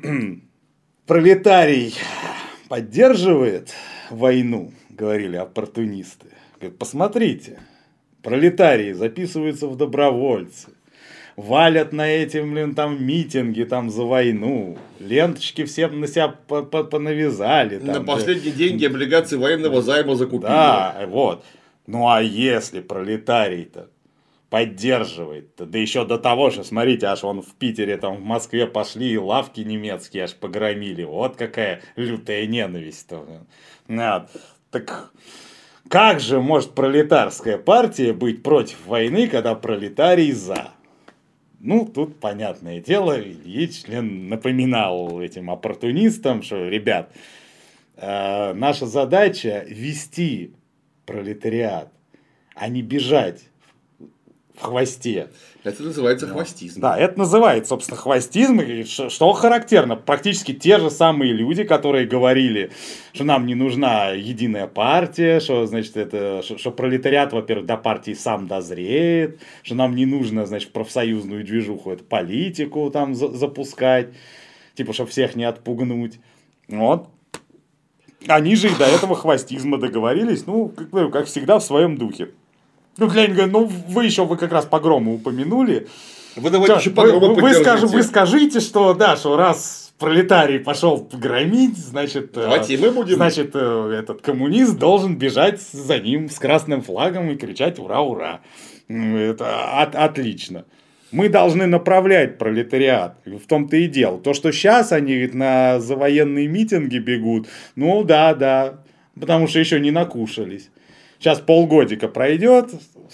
Пролетарий поддерживает войну, говорили оппортунисты. Говорит, посмотрите, пролетарии записываются в добровольцы. Валят на эти, блин, там митинги там за войну, ленточки всем на себя понавязали.
На
там,
последние да. деньги облигации военного займа закупили.
Да, вот. Ну а если пролетарий-то поддерживает, да еще до того же, смотрите, аж вон в Питере, там в Москве пошли и лавки немецкие аж погромили. Вот какая лютая ненависть-то. Вот. Так... Как же может пролетарская партия быть против войны, когда пролетарий за? Ну, тут, понятное дело, Ильич напоминал этим оппортунистам, что, ребят, э, наша задача вести пролетариат, а не бежать в хвосте.
Это называется хвостизм.
Да, это называется, собственно, хвостизм. Что, что характерно, практически те же самые люди, которые говорили, что нам не нужна единая партия, что, значит, это, что, что пролетариат, во-первых, до партии сам дозреет, что нам не нужно, значит, профсоюзную движуху, эту политику там за, запускать, типа, чтобы всех не отпугнуть. Вот. Они же и до этого хвостизма договорились, ну, как, как всегда, в своем духе. Ну, Ленин говорит, ну, вы еще, вы как раз погромы упомянули.
Вы давайте
да,
еще погромы
вы, вы, скажи, вы скажите, что, да, что раз пролетарий пошел громить, значит,
давайте и мы будем.
Значит, этот коммунист должен бежать за ним с красным флагом и кричать «Ура, ура!». Это от, отлично. Мы должны направлять пролетариат. В том-то и дело. То, что сейчас они говорит, на завоенные митинги бегут, ну да, да, потому что еще не накушались. Сейчас полгодика пройдет,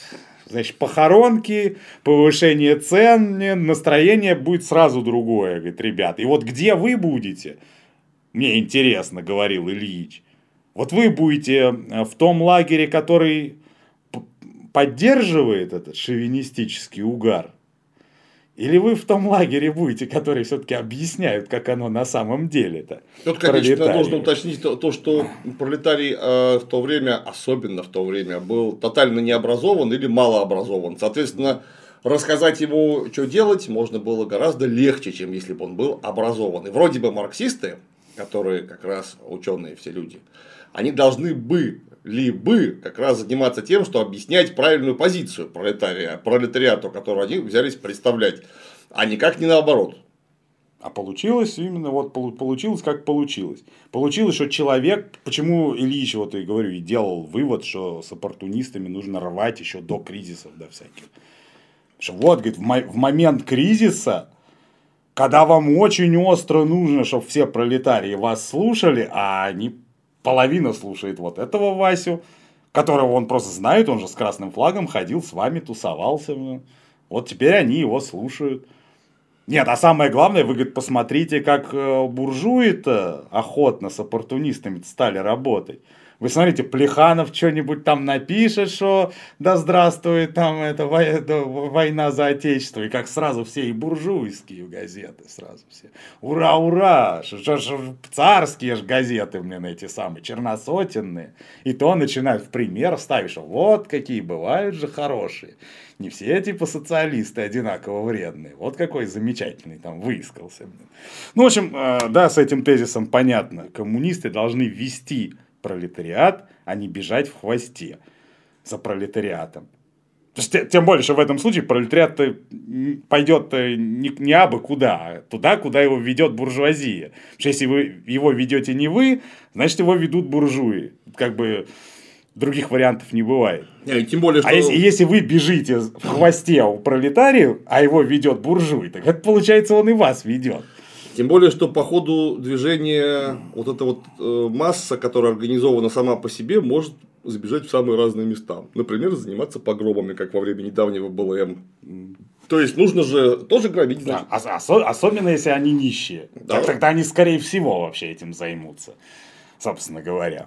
значит, похоронки, повышение цен, настроение будет сразу другое, говорит, ребят. И вот где вы будете, мне интересно, говорил Ильич, вот вы будете в том лагере, который поддерживает этот шовинистический угар, или вы в том лагере будете, который все-таки объясняют, как оно на самом деле-то?
Тут, конечно, нужно уточнить то, то что пролетарий э, в то время, особенно в то время, был тотально необразован или малообразован. Соответственно, рассказать ему, что делать, можно было гораздо легче, чем если бы он был образован. И вроде бы марксисты, которые как раз ученые все люди, они должны бы либо как раз заниматься тем, что объяснять правильную позицию пролетария, пролетариату, которую они взялись представлять, а никак не наоборот.
А получилось именно вот получилось как получилось. Получилось, что человек, почему Ильич, вот и говорю, и делал вывод, что с оппортунистами нужно рвать еще до кризисов, до всяких. Что вот, говорит, в момент кризиса, когда вам очень остро нужно, чтобы все пролетарии вас слушали, а они половина слушает вот этого Васю, которого он просто знает, он же с красным флагом ходил, с вами тусовался. Вот теперь они его слушают. Нет, а самое главное, вы, говорит, посмотрите, как буржуи-то охотно с оппортунистами стали работать. Вы смотрите, Плеханов что-нибудь там напишет, что да здравствует там это война за отечество. И как сразу все и буржуйские газеты сразу все. Ура, ура! Ш, ш, царские ж газеты, блин, эти самые, черносотенные. И то начинают в пример ставить, что вот какие бывают же хорошие. Не все типа социалисты одинаково вредные. Вот какой замечательный там выискался. Ну, в общем, да, с этим тезисом понятно. Коммунисты должны вести пролетариат, а не бежать в хвосте за пролетариатом. Тем более, что в этом случае пролетариат пойдет не, не абы куда, а туда, куда его ведет буржуазия. Потому что если вы его ведете не вы, значит его ведут буржуи. Как бы других вариантов не бывает.
И тем более, что...
А если, если вы бежите в хвосте у пролетария, а его ведет буржуй, так это получается он и вас ведет.
Тем более, что по ходу движения вот эта вот э, масса, которая организована сама по себе, может забежать в самые разные места. Например, заниматься погромами, как во время недавнего БЛМ. То есть, нужно же тоже грабить.
Да, ос- особенно, если они нищие. Да. Тогда они, скорее всего, вообще этим займутся. Собственно говоря.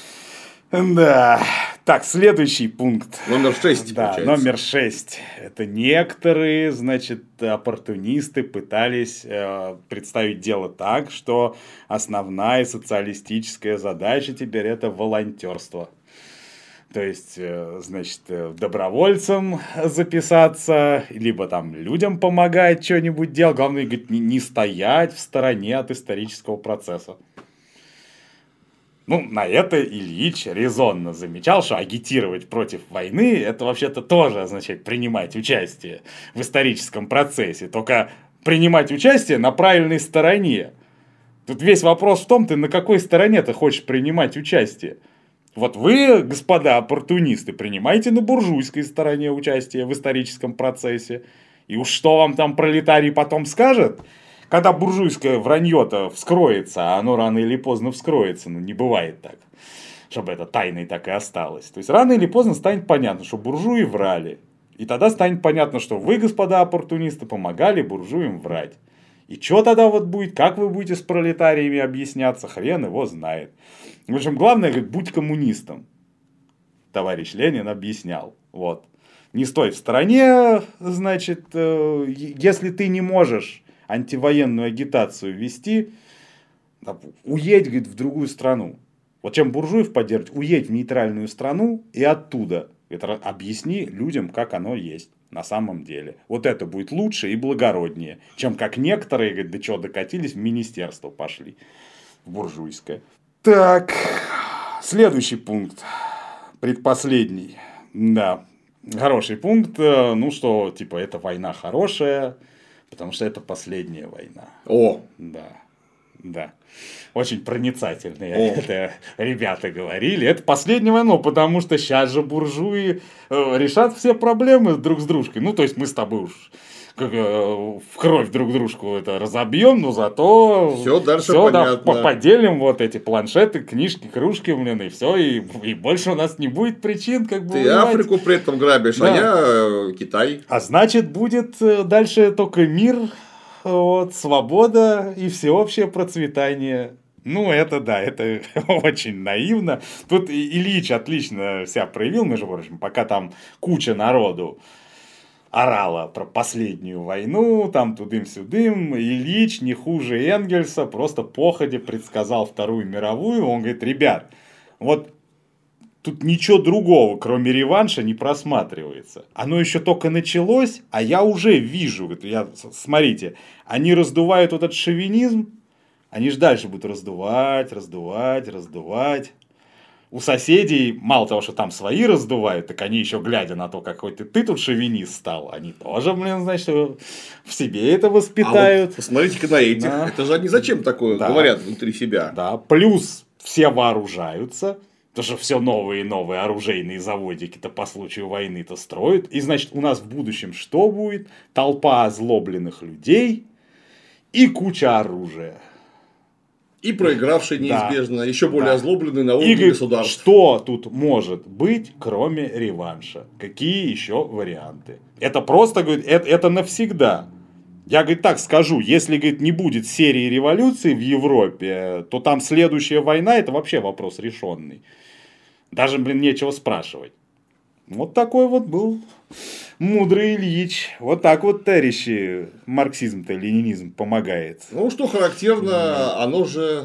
Да. Так, следующий пункт.
Номер шесть.
Да, получается. Номер шесть. Это некоторые, значит, оппортунисты пытались э, представить дело так, что основная социалистическая задача теперь это волонтерство. То есть, э, значит, добровольцам записаться, либо там людям помогать что-нибудь делать. Главное, говорит, не, не стоять в стороне от исторического процесса. Ну, на это Ильич резонно замечал, что агитировать против войны, это вообще-то тоже означает принимать участие в историческом процессе, только принимать участие на правильной стороне. Тут весь вопрос в том, ты на какой стороне ты хочешь принимать участие. Вот вы, господа оппортунисты, принимаете на буржуйской стороне участие в историческом процессе. И уж что вам там пролетарий потом скажет? Когда буржуйское вранье-то вскроется, а оно рано или поздно вскроется, ну не бывает так, чтобы это тайной так и осталось. То есть рано или поздно станет понятно, что буржуи врали. И тогда станет понятно, что вы, господа оппортунисты, помогали буржуям врать. И что тогда вот будет, как вы будете с пролетариями объясняться, хрен его знает. В общем, главное, говорит, будь коммунистом. Товарищ Ленин объяснял. Вот. Не стой в стороне, значит, если ты не можешь антивоенную агитацию вести, уедь, говорит, в другую страну. Вот чем буржуев поддерживать, уедь в нейтральную страну и оттуда это объясни людям, как оно есть на самом деле. Вот это будет лучше и благороднее, чем как некоторые, говорит, да что, докатились, в министерство пошли, в буржуйское. Так, следующий пункт, предпоследний, да, хороший пункт, ну что, типа, это война хорошая, потому что это последняя война.
О!
Да, да. Очень проницательные О. это ребята говорили. Это последняя война, потому что сейчас же буржуи э, решат все проблемы друг с дружкой. Ну, то есть, мы с тобой уж как, э, в кровь друг дружку это разобьем, но зато
Все дальше
всё, да,
понятно.
по- поделим вот эти планшеты, книжки, кружки, блин, и все, и, и больше у нас не будет причин как бы
Ты
воевать.
Африку при этом грабишь, а
Да.
я э, Китай.
А значит, будет э, дальше только мир, вот, свобода и всеобщее процветание. Ну, это да, это очень наивно. Тут и- Ильич отлично себя проявил, между прочим, пока там куча народу орала про последнюю войну, там тудым-сюдым. Ильич не хуже Энгельса, просто походе предсказал Вторую мировую. Он говорит, ребят, вот тут ничего другого, кроме реванша, не просматривается. Оно еще только началось, а я уже вижу, говорит, я, смотрите, они раздувают вот этот шовинизм, они же дальше будут раздувать, раздувать, раздувать. У соседей, мало того, что там свои раздувают, так они еще, глядя на то, какой ты, ты тут шовинист стал, они тоже, блин, значит, в себе это
А
воспитают.
вот посмотрите-ка на этих.
Да.
Это же они зачем такое
Да.
говорят внутри себя?
Да, плюс все вооружаются, потому что все новые и новые оружейные заводики-то по случаю войны-то строят. И, значит, у нас в будущем что будет? Толпа озлобленных людей и куча оружия.
И проигравший
Да.
неизбежно, еще более
Да.
озлобленный на
И
уровне
говорит,
государств.
что тут может быть, кроме реванша? Какие еще варианты? Это просто, говорит, это, это навсегда. Я, говорит, так скажу, если, говорит, не будет серии революций в Европе, то там следующая война, это вообще вопрос решенный. Даже, блин, нечего спрашивать. Вот такой вот был мудрый Ильич. Вот так вот, товарищи, марксизм-то, ленинизм помогает.
Ну, что характерно, оно же,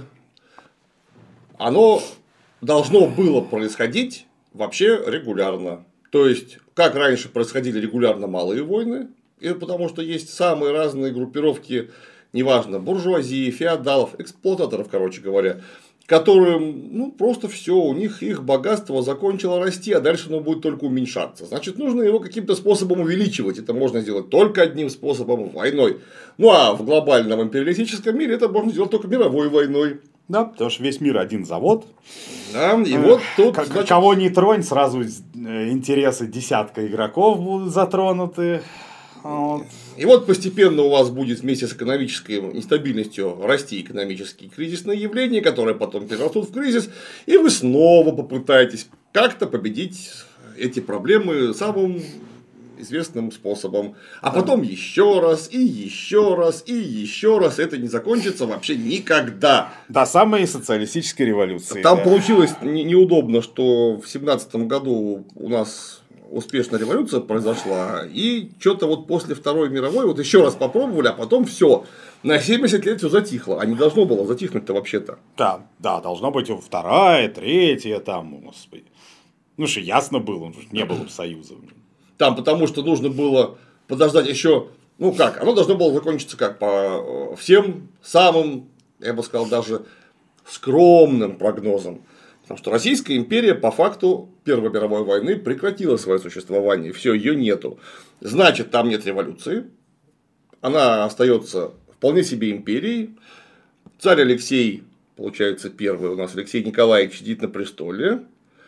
оно должно было происходить вообще регулярно. То есть, как раньше происходили регулярно малые войны, и потому что есть самые разные группировки, неважно, буржуазии, феодалов, эксплуататоров, короче говоря, которым, ну, просто все, у них их богатство закончило расти, а дальше оно будет только уменьшаться. Значит, нужно его каким-то способом увеличивать. Это можно сделать только одним способом – войной. Ну, а в глобальном империалистическом мире это можно сделать только мировой войной.
Да, потому что весь мир один завод.
Да, и вот тут,
К-
значит,
Кого не тронь, сразу э, интересы десятка игроков будут затронуты. Вот.
И вот постепенно у вас будет вместе с экономической нестабильностью расти экономические кризисные явления, которые потом перерастут в кризис, и вы снова попытаетесь как-то победить эти проблемы самым известным способом. А потом еще раз, и еще раз, и еще раз. Это не закончится вообще никогда.
До самой социалистической революции.
Там
да.
получилось не- неудобно, что в семнадцатом году у нас успешная революция произошла, и что-то вот после Второй мировой вот еще раз попробовали, а потом все. На семьдесят лет все затихло. А не должно было затихнуть-то вообще-то.
Да, да, должно быть вторая, третья, там, господи. Ну что, ясно было, не было бы союза.
Там потому что нужно было подождать еще, ну как, оно должно было закончиться как по всем самым, я бы сказал, даже скромным прогнозам. Потому что Российская империя по факту Первой мировой войны прекратила свое существование. Все, ее нету. Значит, там нет революции. Она остается вполне себе империей. Царь Алексей, получается, первый у нас, Алексей Николаевич, сидит на престоле.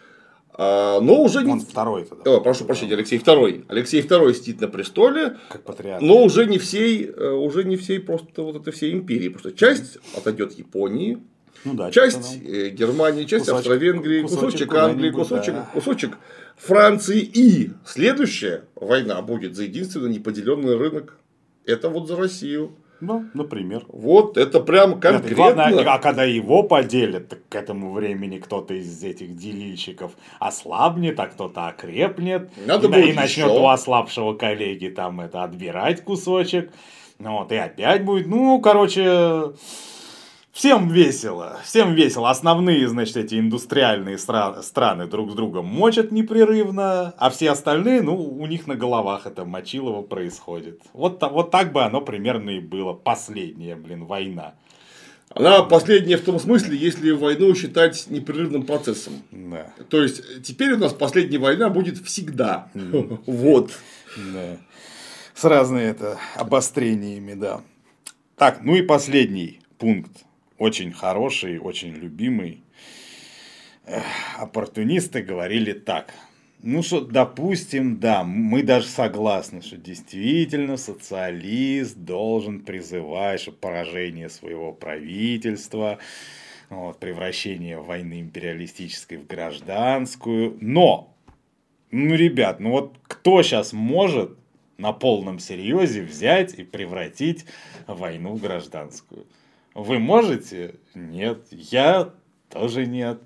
Но уже не...
Он второй тогда.
О, прошу прощения, Алексей второй. Алексей второй сидит на престоле,
Как патриарх.
но уже не всей, уже не всей просто вот этой всей империи. Потому что часть отойдет Японии,
Ну да,
часть
что-то,
э, Германии, часть
Кусочек-
Австро-Венгрии,
кусочек
кусочек Англии,
куда-нибудь,
кусочек,
да.
кусочек Франции. И следующая война будет за единственный неподеленный рынок. Это вот за Россию.
Ну, например.
Вот это прям
Нет, и
конкретно.
главное, а когда его поделят, так к этому времени кто-то из этих делильщиков ослабнет, а кто-то окрепнет.
Надо
и,
будет
и начнет
еще.
у ослабшего коллеги там это отбирать кусочек. Ну, вот, и опять будет. Ну, короче, всем весело. Всем весело. Основные, значит, эти индустриальные стра- страны друг с другом мочат непрерывно, а все остальные, ну, у них на головах это мочилово происходит. Вот, та- вот так бы оно примерно и было. Последняя, блин, война.
Она последняя в том смысле, если войну считать непрерывным процессом.
Да.
То есть теперь у нас последняя война будет всегда. Вот.
Да. С разными это обострениями, да. Так, ну и последний пункт. Очень хороший, очень любимый. Эх, оппортунисты говорили так. Ну, что, допустим, да, мы даже согласны, что действительно социалист должен призывать, что поражение своего правительства, вот, превращение войны империалистической в гражданскую. Но, ну, ребят, ну вот кто сейчас может на полном серьезе взять и превратить войну в гражданскую? Вы можете? Нет. Я тоже нет.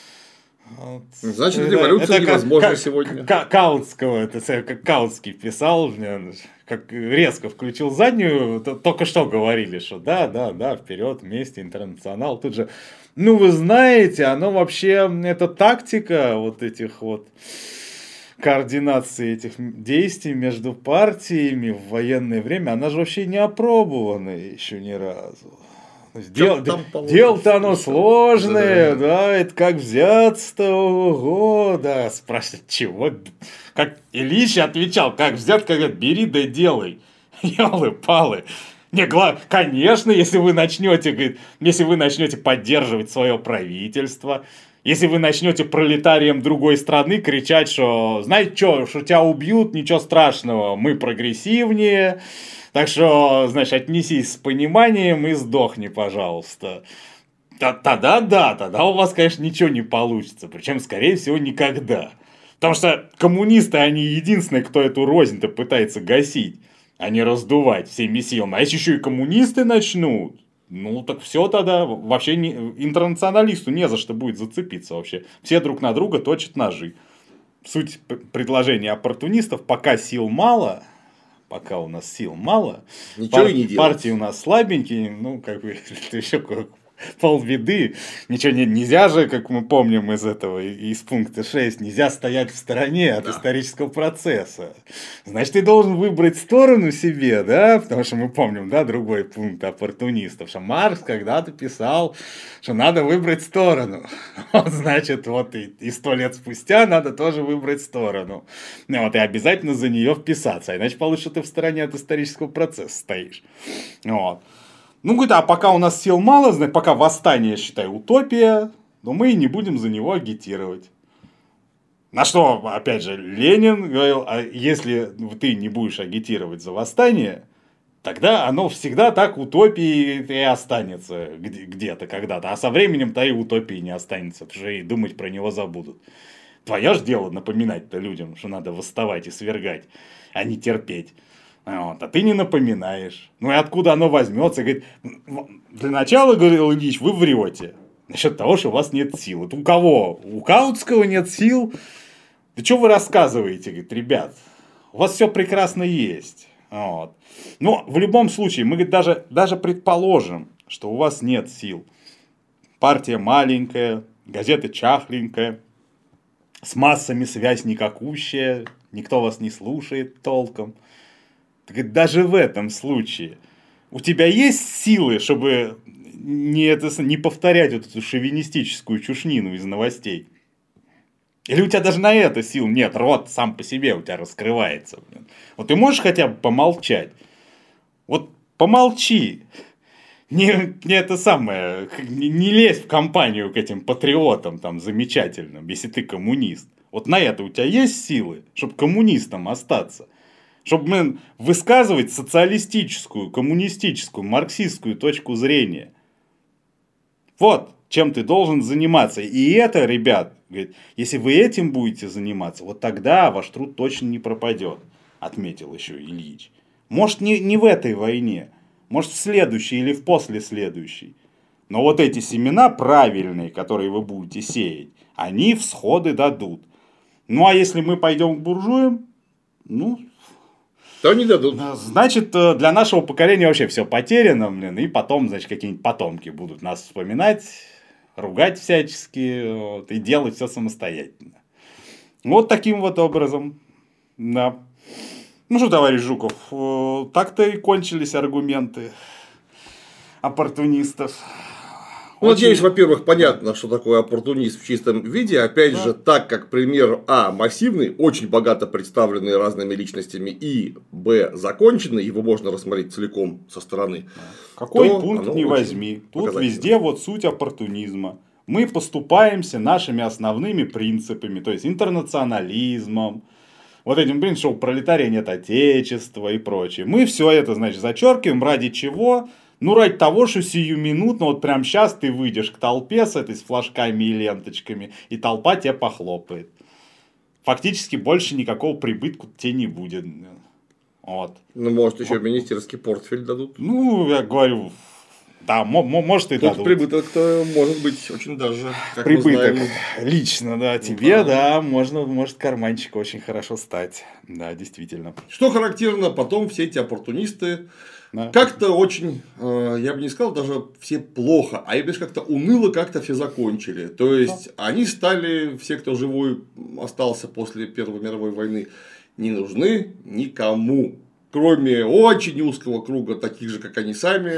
Вот.
Значит,
Это-
революция
это как-
невозможна
как-
сегодня.
как Каутского, это как Каутский писал, как резко включил заднюю, то- только что говорили, что да, да, да, вперед, вместе, интернационал. Тут же, ну вы знаете, оно вообще, это тактика вот этих вот координации этих действий между партиями в военное время, она же вообще не опробована еще ни разу. То есть дел-
там получится
Дело-то оно
еще?
сложное,
Да.
да, это как взяться-то, ого, да, спрашивают, чего? Как Ильич отвечал, как взят, как говорят, бери да делай, елы-палы. Не, гла- конечно, если вы начнете, говорит, если вы начнете поддерживать свое правительство, если вы начнете пролетариям другой страны кричать, что, знаете что, что тебя убьют, ничего страшного, мы прогрессивнее, так что, знаешь, отнесись с пониманием и сдохни, пожалуйста. Т- Тогда да, тогда у вас, конечно, ничего не получится, причем, скорее всего, никогда. Потому что коммунисты, они единственные, кто эту рознь-то пытается гасить, а не раздувать всеми силами. А если еще и коммунисты начнут, ну так все тогда, вообще не, интернационалисту не за что будет зацепиться вообще. Все друг на друга точат ножи. Суть п- предложения оппортунистов, пока сил мало, пока у нас сил мало,
Ничего
пар-
и не делать.
партии у нас слабенькие, ну как бы это еще как полбеды, ничего не, нельзя же, как мы помним из этого, из пункта шесть, нельзя стоять в стороне от
Да.
исторического процесса. Значит, ты должен выбрать сторону себе, да, потому что мы помним, да, другой пункт оппортунистов, что Маркс когда-то писал, что надо выбрать сторону. Вот, значит, вот и, и сто лет спустя надо тоже выбрать сторону. Ну, вот, и обязательно за нее вписаться, иначе получится, что ты в стороне от исторического процесса стоишь. Вот. Ну, говорит, а пока у нас сил мало, значит, пока восстание, я считаю, утопия, но мы и не будем за него агитировать. На что, опять же, Ленин говорил, а если ты не будешь агитировать за восстание, тогда оно всегда так утопией и останется где- где-то когда-то. А со временем-то и утопии не останется, потому что и думать про него забудут. Твое же дело напоминать-то людям, что надо восставать и свергать, а не терпеть. Вот, а ты не напоминаешь. Ну и откуда оно возьмется? Говорит, для начала, говорил Ильич, вы врете. Насчет того, что у вас нет сил. Это у кого? У Каутского нет сил? Да что вы рассказываете? Говорит, ребят, у вас все прекрасно есть. Вот. Но в любом случае, мы говорит, даже, даже предположим, что у вас нет сил. Партия маленькая, газета чахленькая, с массами связь никакущая, никто вас не слушает толком. Так говорит, даже в этом случае у тебя есть силы, чтобы не, это, не повторять вот эту шовинистическую чушнину из новостей? Или у тебя даже на это сил нет, рот сам по себе у тебя раскрывается. Блин. Вот ты можешь хотя бы помолчать? Вот помолчи. Не, не это самое, не, не лезь в компанию к этим патриотам там замечательным, если ты коммунист. Вот на это у тебя есть силы, чтобы коммунистом остаться? Чтобы, блин, высказывать социалистическую, коммунистическую, марксистскую точку зрения. Вот чем ты должен заниматься. И это, ребят, говорит, если вы этим будете заниматься, вот тогда ваш труд точно не пропадет, отметил еще Ильич. Может, не, не в этой войне, может, в следующей или в послеследующей. Но вот эти семена правильные, которые вы будете сеять, они всходы дадут. Ну, а если мы пойдем к буржуям, ну...
То не дадут.
Значит, для нашего поколения вообще все потеряно, блин, и потом, значит, какие-нибудь потомки будут нас вспоминать, ругать всячески, вот, и делать все самостоятельно. Вот таким вот образом, да. Ну что, товарищ Жуков, так-то и кончились аргументы оппортунистов.
Ну,
Очень-
надеюсь, во-первых, понятно, что такое оппортунист в чистом виде. Опять
Да.
же, так как пример А массивный, очень богато представленный разными личностями, и Б законченный, его можно рассмотреть целиком со стороны.
Какой
то
пункт
оно
не
очень
возьми, тут
показательно.
везде вот суть оппортунизма. мы поступаемся нашими основными принципами, то есть интернационализмом, вот этим принципом, что у пролетария нет отечества и прочее. Мы все это, значит, зачеркиваем. Ради чего? Ну, ради того, что сиюминутно, вот прямо сейчас ты выйдешь к толпе с этой с флажками и ленточками, и толпа тебе похлопает. Фактически больше никакого прибытку тебе не будет. Вот.
Ну, может, еще министерский портфель дадут.
Ну, я говорю, да, может и
Тут
дадут.
прибыток-то может быть очень даже, как
Прибыток
мы знаем.
Лично, да, тебе, да, можно, может карманчик очень хорошо стать. Да, действительно.
Что характерно, потом все эти оппортунисты
Да.
как-то очень, э, я бы не сказал, даже все плохо, а я бы как-то уныло как-то все закончили. То есть, они стали, все, кто живой остался после Первой мировой войны, не нужны никому, кроме очень узкого круга, таких же, как они сами.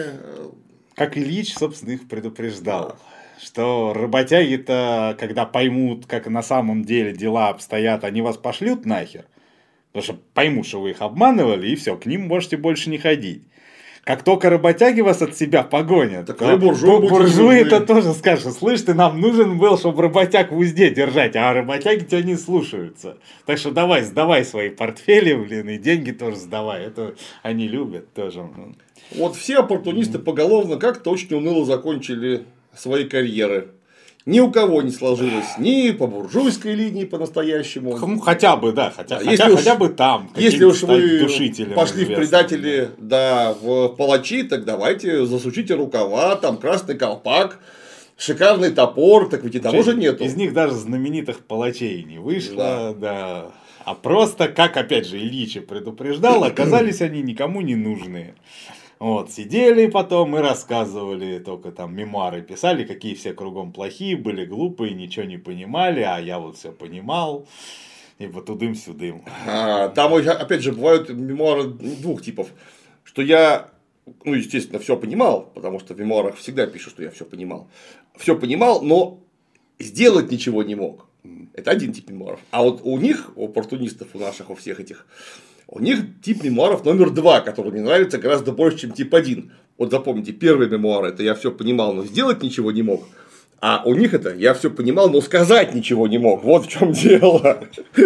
Как Ильич, собственно, их предупреждал. Да. Что работяги-то, когда поймут, как на самом деле дела обстоят, они вас пошлют нахер. Потому что поймут, что вы их обманывали, и все, к ним можете больше не ходить. Как только работяги вас от себя погонят,
так
то
буржуи,
буржуи это тоже скажут: слышь, ты нам нужен был, чтобы работяг в узде держать, а работяги тебя не слушаются. Так что давай, сдавай свои портфели, блин, и деньги тоже сдавай. Это они любят тоже.
Вот все оппортунисты поголовно как-то очень уныло закончили свои карьеры. Ни у кого не сложилось ни по буржуйской линии по-настоящему.
Ну, хотя бы, да, хотя,
да,
хотя,
уж,
хотя бы там.
Если уж вы пошли
известным.
в предатели, да, в палачи, так давайте засучите рукава, там красный колпак, шикарный топор, так ведь и того же нету.
Из них даже знаменитых палачей не вышло, да. да. А просто, как опять же Ильич предупреждал, оказались они никому не нужные. Вот, сидели потом и рассказывали, только там мемуары писали, какие все кругом плохие, были глупые, ничего не понимали, а я вот все понимал, и вот тудым-сюдым.
А, там, опять же, бывают мемуары двух типов, что я, ну, естественно, все понимал, потому что в мемуарах всегда пишут, что я все понимал, все понимал, но сделать ничего не мог. Это один тип мемуаров. А вот у них, у оппортунистов, у наших, у всех этих, у них тип мемуаров номер два, который мне нравится гораздо больше, чем тип один. Вот запомните, первый мемуар — это я все понимал, но сделать ничего не мог. А у них это я все понимал, но сказать ничего не мог. Вот в чем дело.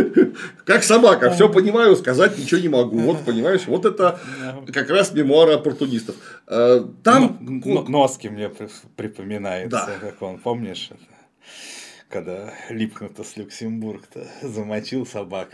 Как собака, все понимаю, сказать ничего не могу. Вот, понимаешь, вот это как раз мемуары оппортунистов. Там
Носки мне припоминается,
да.
Как он, помнишь? Когда Липкнуто с Люксембург-то замочил собаку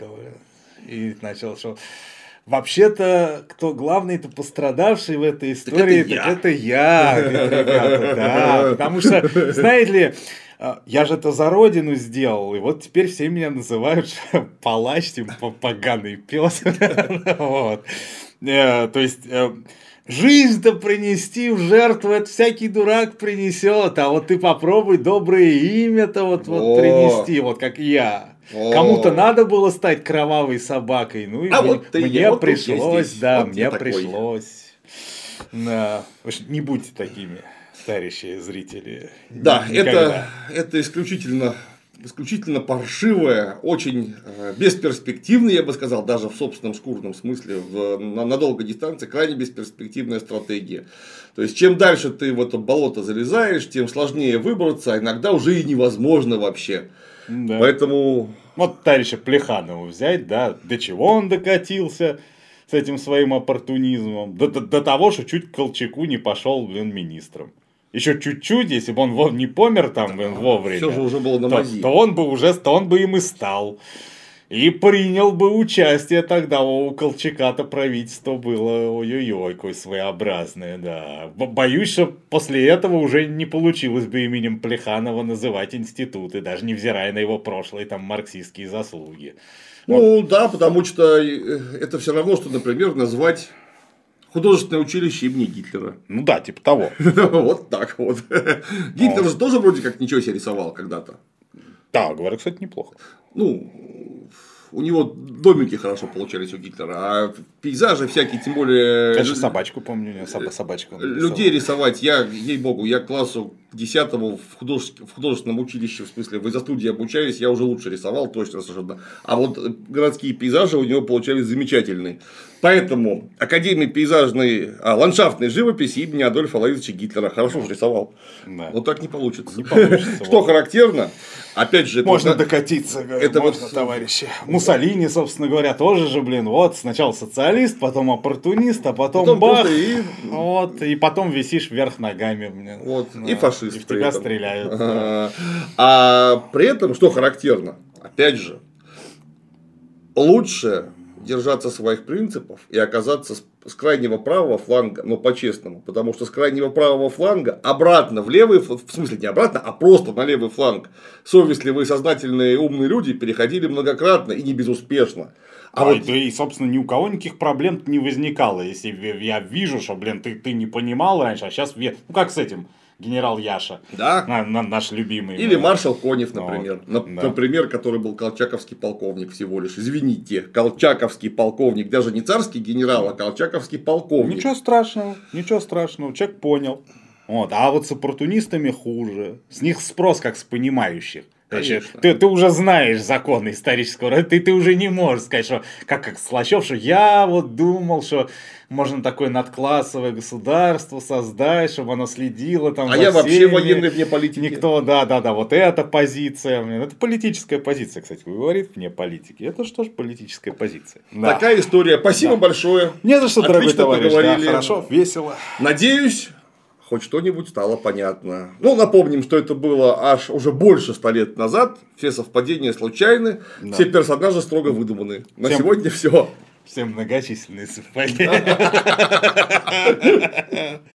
и начал, что вообще-то кто главный-то пострадавший в этой истории, так это, так это я, ребята, да, потому что, знаете ли, я же это за родину сделал, и вот теперь все меня называют палач, типа поганый пес, вот, то есть... Жизнь-то принести в жертву, это всякий дурак принесет, а вот ты попробуй доброе имя-то вот, вот принести, вот как я. О. Кому-то надо было стать кровавой собакой, ну и
а
мне,
вот
мне
я, вот
пришлось, да,
вот
мне пришлось. Да. Не будьте такими, товарищи зрители.
Да, это, это исключительно... исключительно паршивая, очень э, бесперспективная, я бы сказал, даже в собственном шкурном смысле, в, на, на долгой дистанции, крайне бесперспективная стратегия. То есть, чем дальше ты в это болото залезаешь, тем сложнее выбраться, а иногда уже и невозможно вообще. Да. Поэтому...
Вот товарища Плеханова взять, да, до чего он докатился с этим своим оппортунизмом, до, до, до того, что чуть к Колчаку не пошел, блин, министром. Еще чуть-чуть, если бы он не помер там да, вовремя,
все же уже было на мази.
То, то он бы уже то он бы им и стал. И принял бы участие тогда. У Колчака-то правительство было ой-ой-ой, какое своеобразное, да. Боюсь, что после этого уже не получилось бы именем Плеханова называть институты, даже невзирая на его прошлые там марксистские заслуги.
Ну вот. Да, потому что это все равно, что, например, назвать художественное училище имени Гитлера.
Ну да, типа того.
Вот так вот. Гитлер же тоже вроде как ничего себе рисовал когда-то.
Да, говорят, кстати, неплохо.
Ну, у него домики хорошо получались у Гитлера, а пейзажи всякие, тем более...
Конечно, собачку помню, у него соб- собачку. он рисовал.
Людей рисовать, я, ей-богу, я к классу десятому в, худож... в художественном училище, в смысле, в изо-студии обучаюсь, я уже лучше рисовал, точно совершенно. А вот городские пейзажи у него получались замечательные. Поэтому Академия пейзажной, а, ландшафтной живописи имени Адольфа Лоизовича Гитлера хорошо же рисовал.
Да.
Вот так не получится.
Не получится.
Что характерно, опять же, это
Можно
вот-
докатиться, говорю,
это
можно,
вот-
товарищи. Муссолини, собственно говоря, тоже же, блин, вот сначала социалист, потом оппортунист, а потом,
Потом
бах,
просто и-
вот, и потом висишь вверх ногами, блин.
Вот,
Да,
и фашист.
И в
при
тебя
этом.
стреляют. да.
А, а при этом, что характерно, опять же, лучше держаться своих принципов и оказаться с, с крайнего правого фланга, но по-честному, потому что с крайнего правого фланга обратно в левый, ф- в смысле не обратно, а просто на левый фланг совестливые, сознательные, умные люди переходили многократно и не безуспешно. А
А
вот
да и, собственно, ни у кого никаких проблем не возникало. Если я вижу, что, блин, ты, ты не понимал раньше, а сейчас... Ну, как с этим? Генерал Яша.
да,
На- на- наш любимый.
или
да.
маршал Конев,
Ну,
например.
вот,
На-
да.
Например, который был колчаковский полковник всего лишь. Извините, колчаковский полковник, даже не царский генерал, а колчаковский полковник.
Ничего страшного, ничего страшного, человек понял. Вот. А вот с оппортунистами хуже. С них спрос как с понимающих. Значит,
Конечно.
ты, ты уже знаешь законы исторического рода, ты, ты уже не можешь сказать, что как, как Слащев, что я вот думал, что можно такое надклассовое государство создать, чтобы оно следило там
А
за
я вообще
всеми.
военный вне политики.
Никто, да, да, да, вот эта позиция, блин, это политическая позиция, кстати, говорит вне политики. Это что ж политическая позиция. Да.
Такая история. Спасибо
Да.
большое.
Не за что, дорогой
Отлично
товарищ, да,
поговорили.
хорошо, весело.
Надеюсь, хоть что-нибудь стало понятно. Ну, напомним, что это было аж уже больше ста лет назад. Все совпадения случайны.
Да.
Все персонажи строго выдуманы. На
Всем-
сегодня все.
Всем многочисленные совпадения.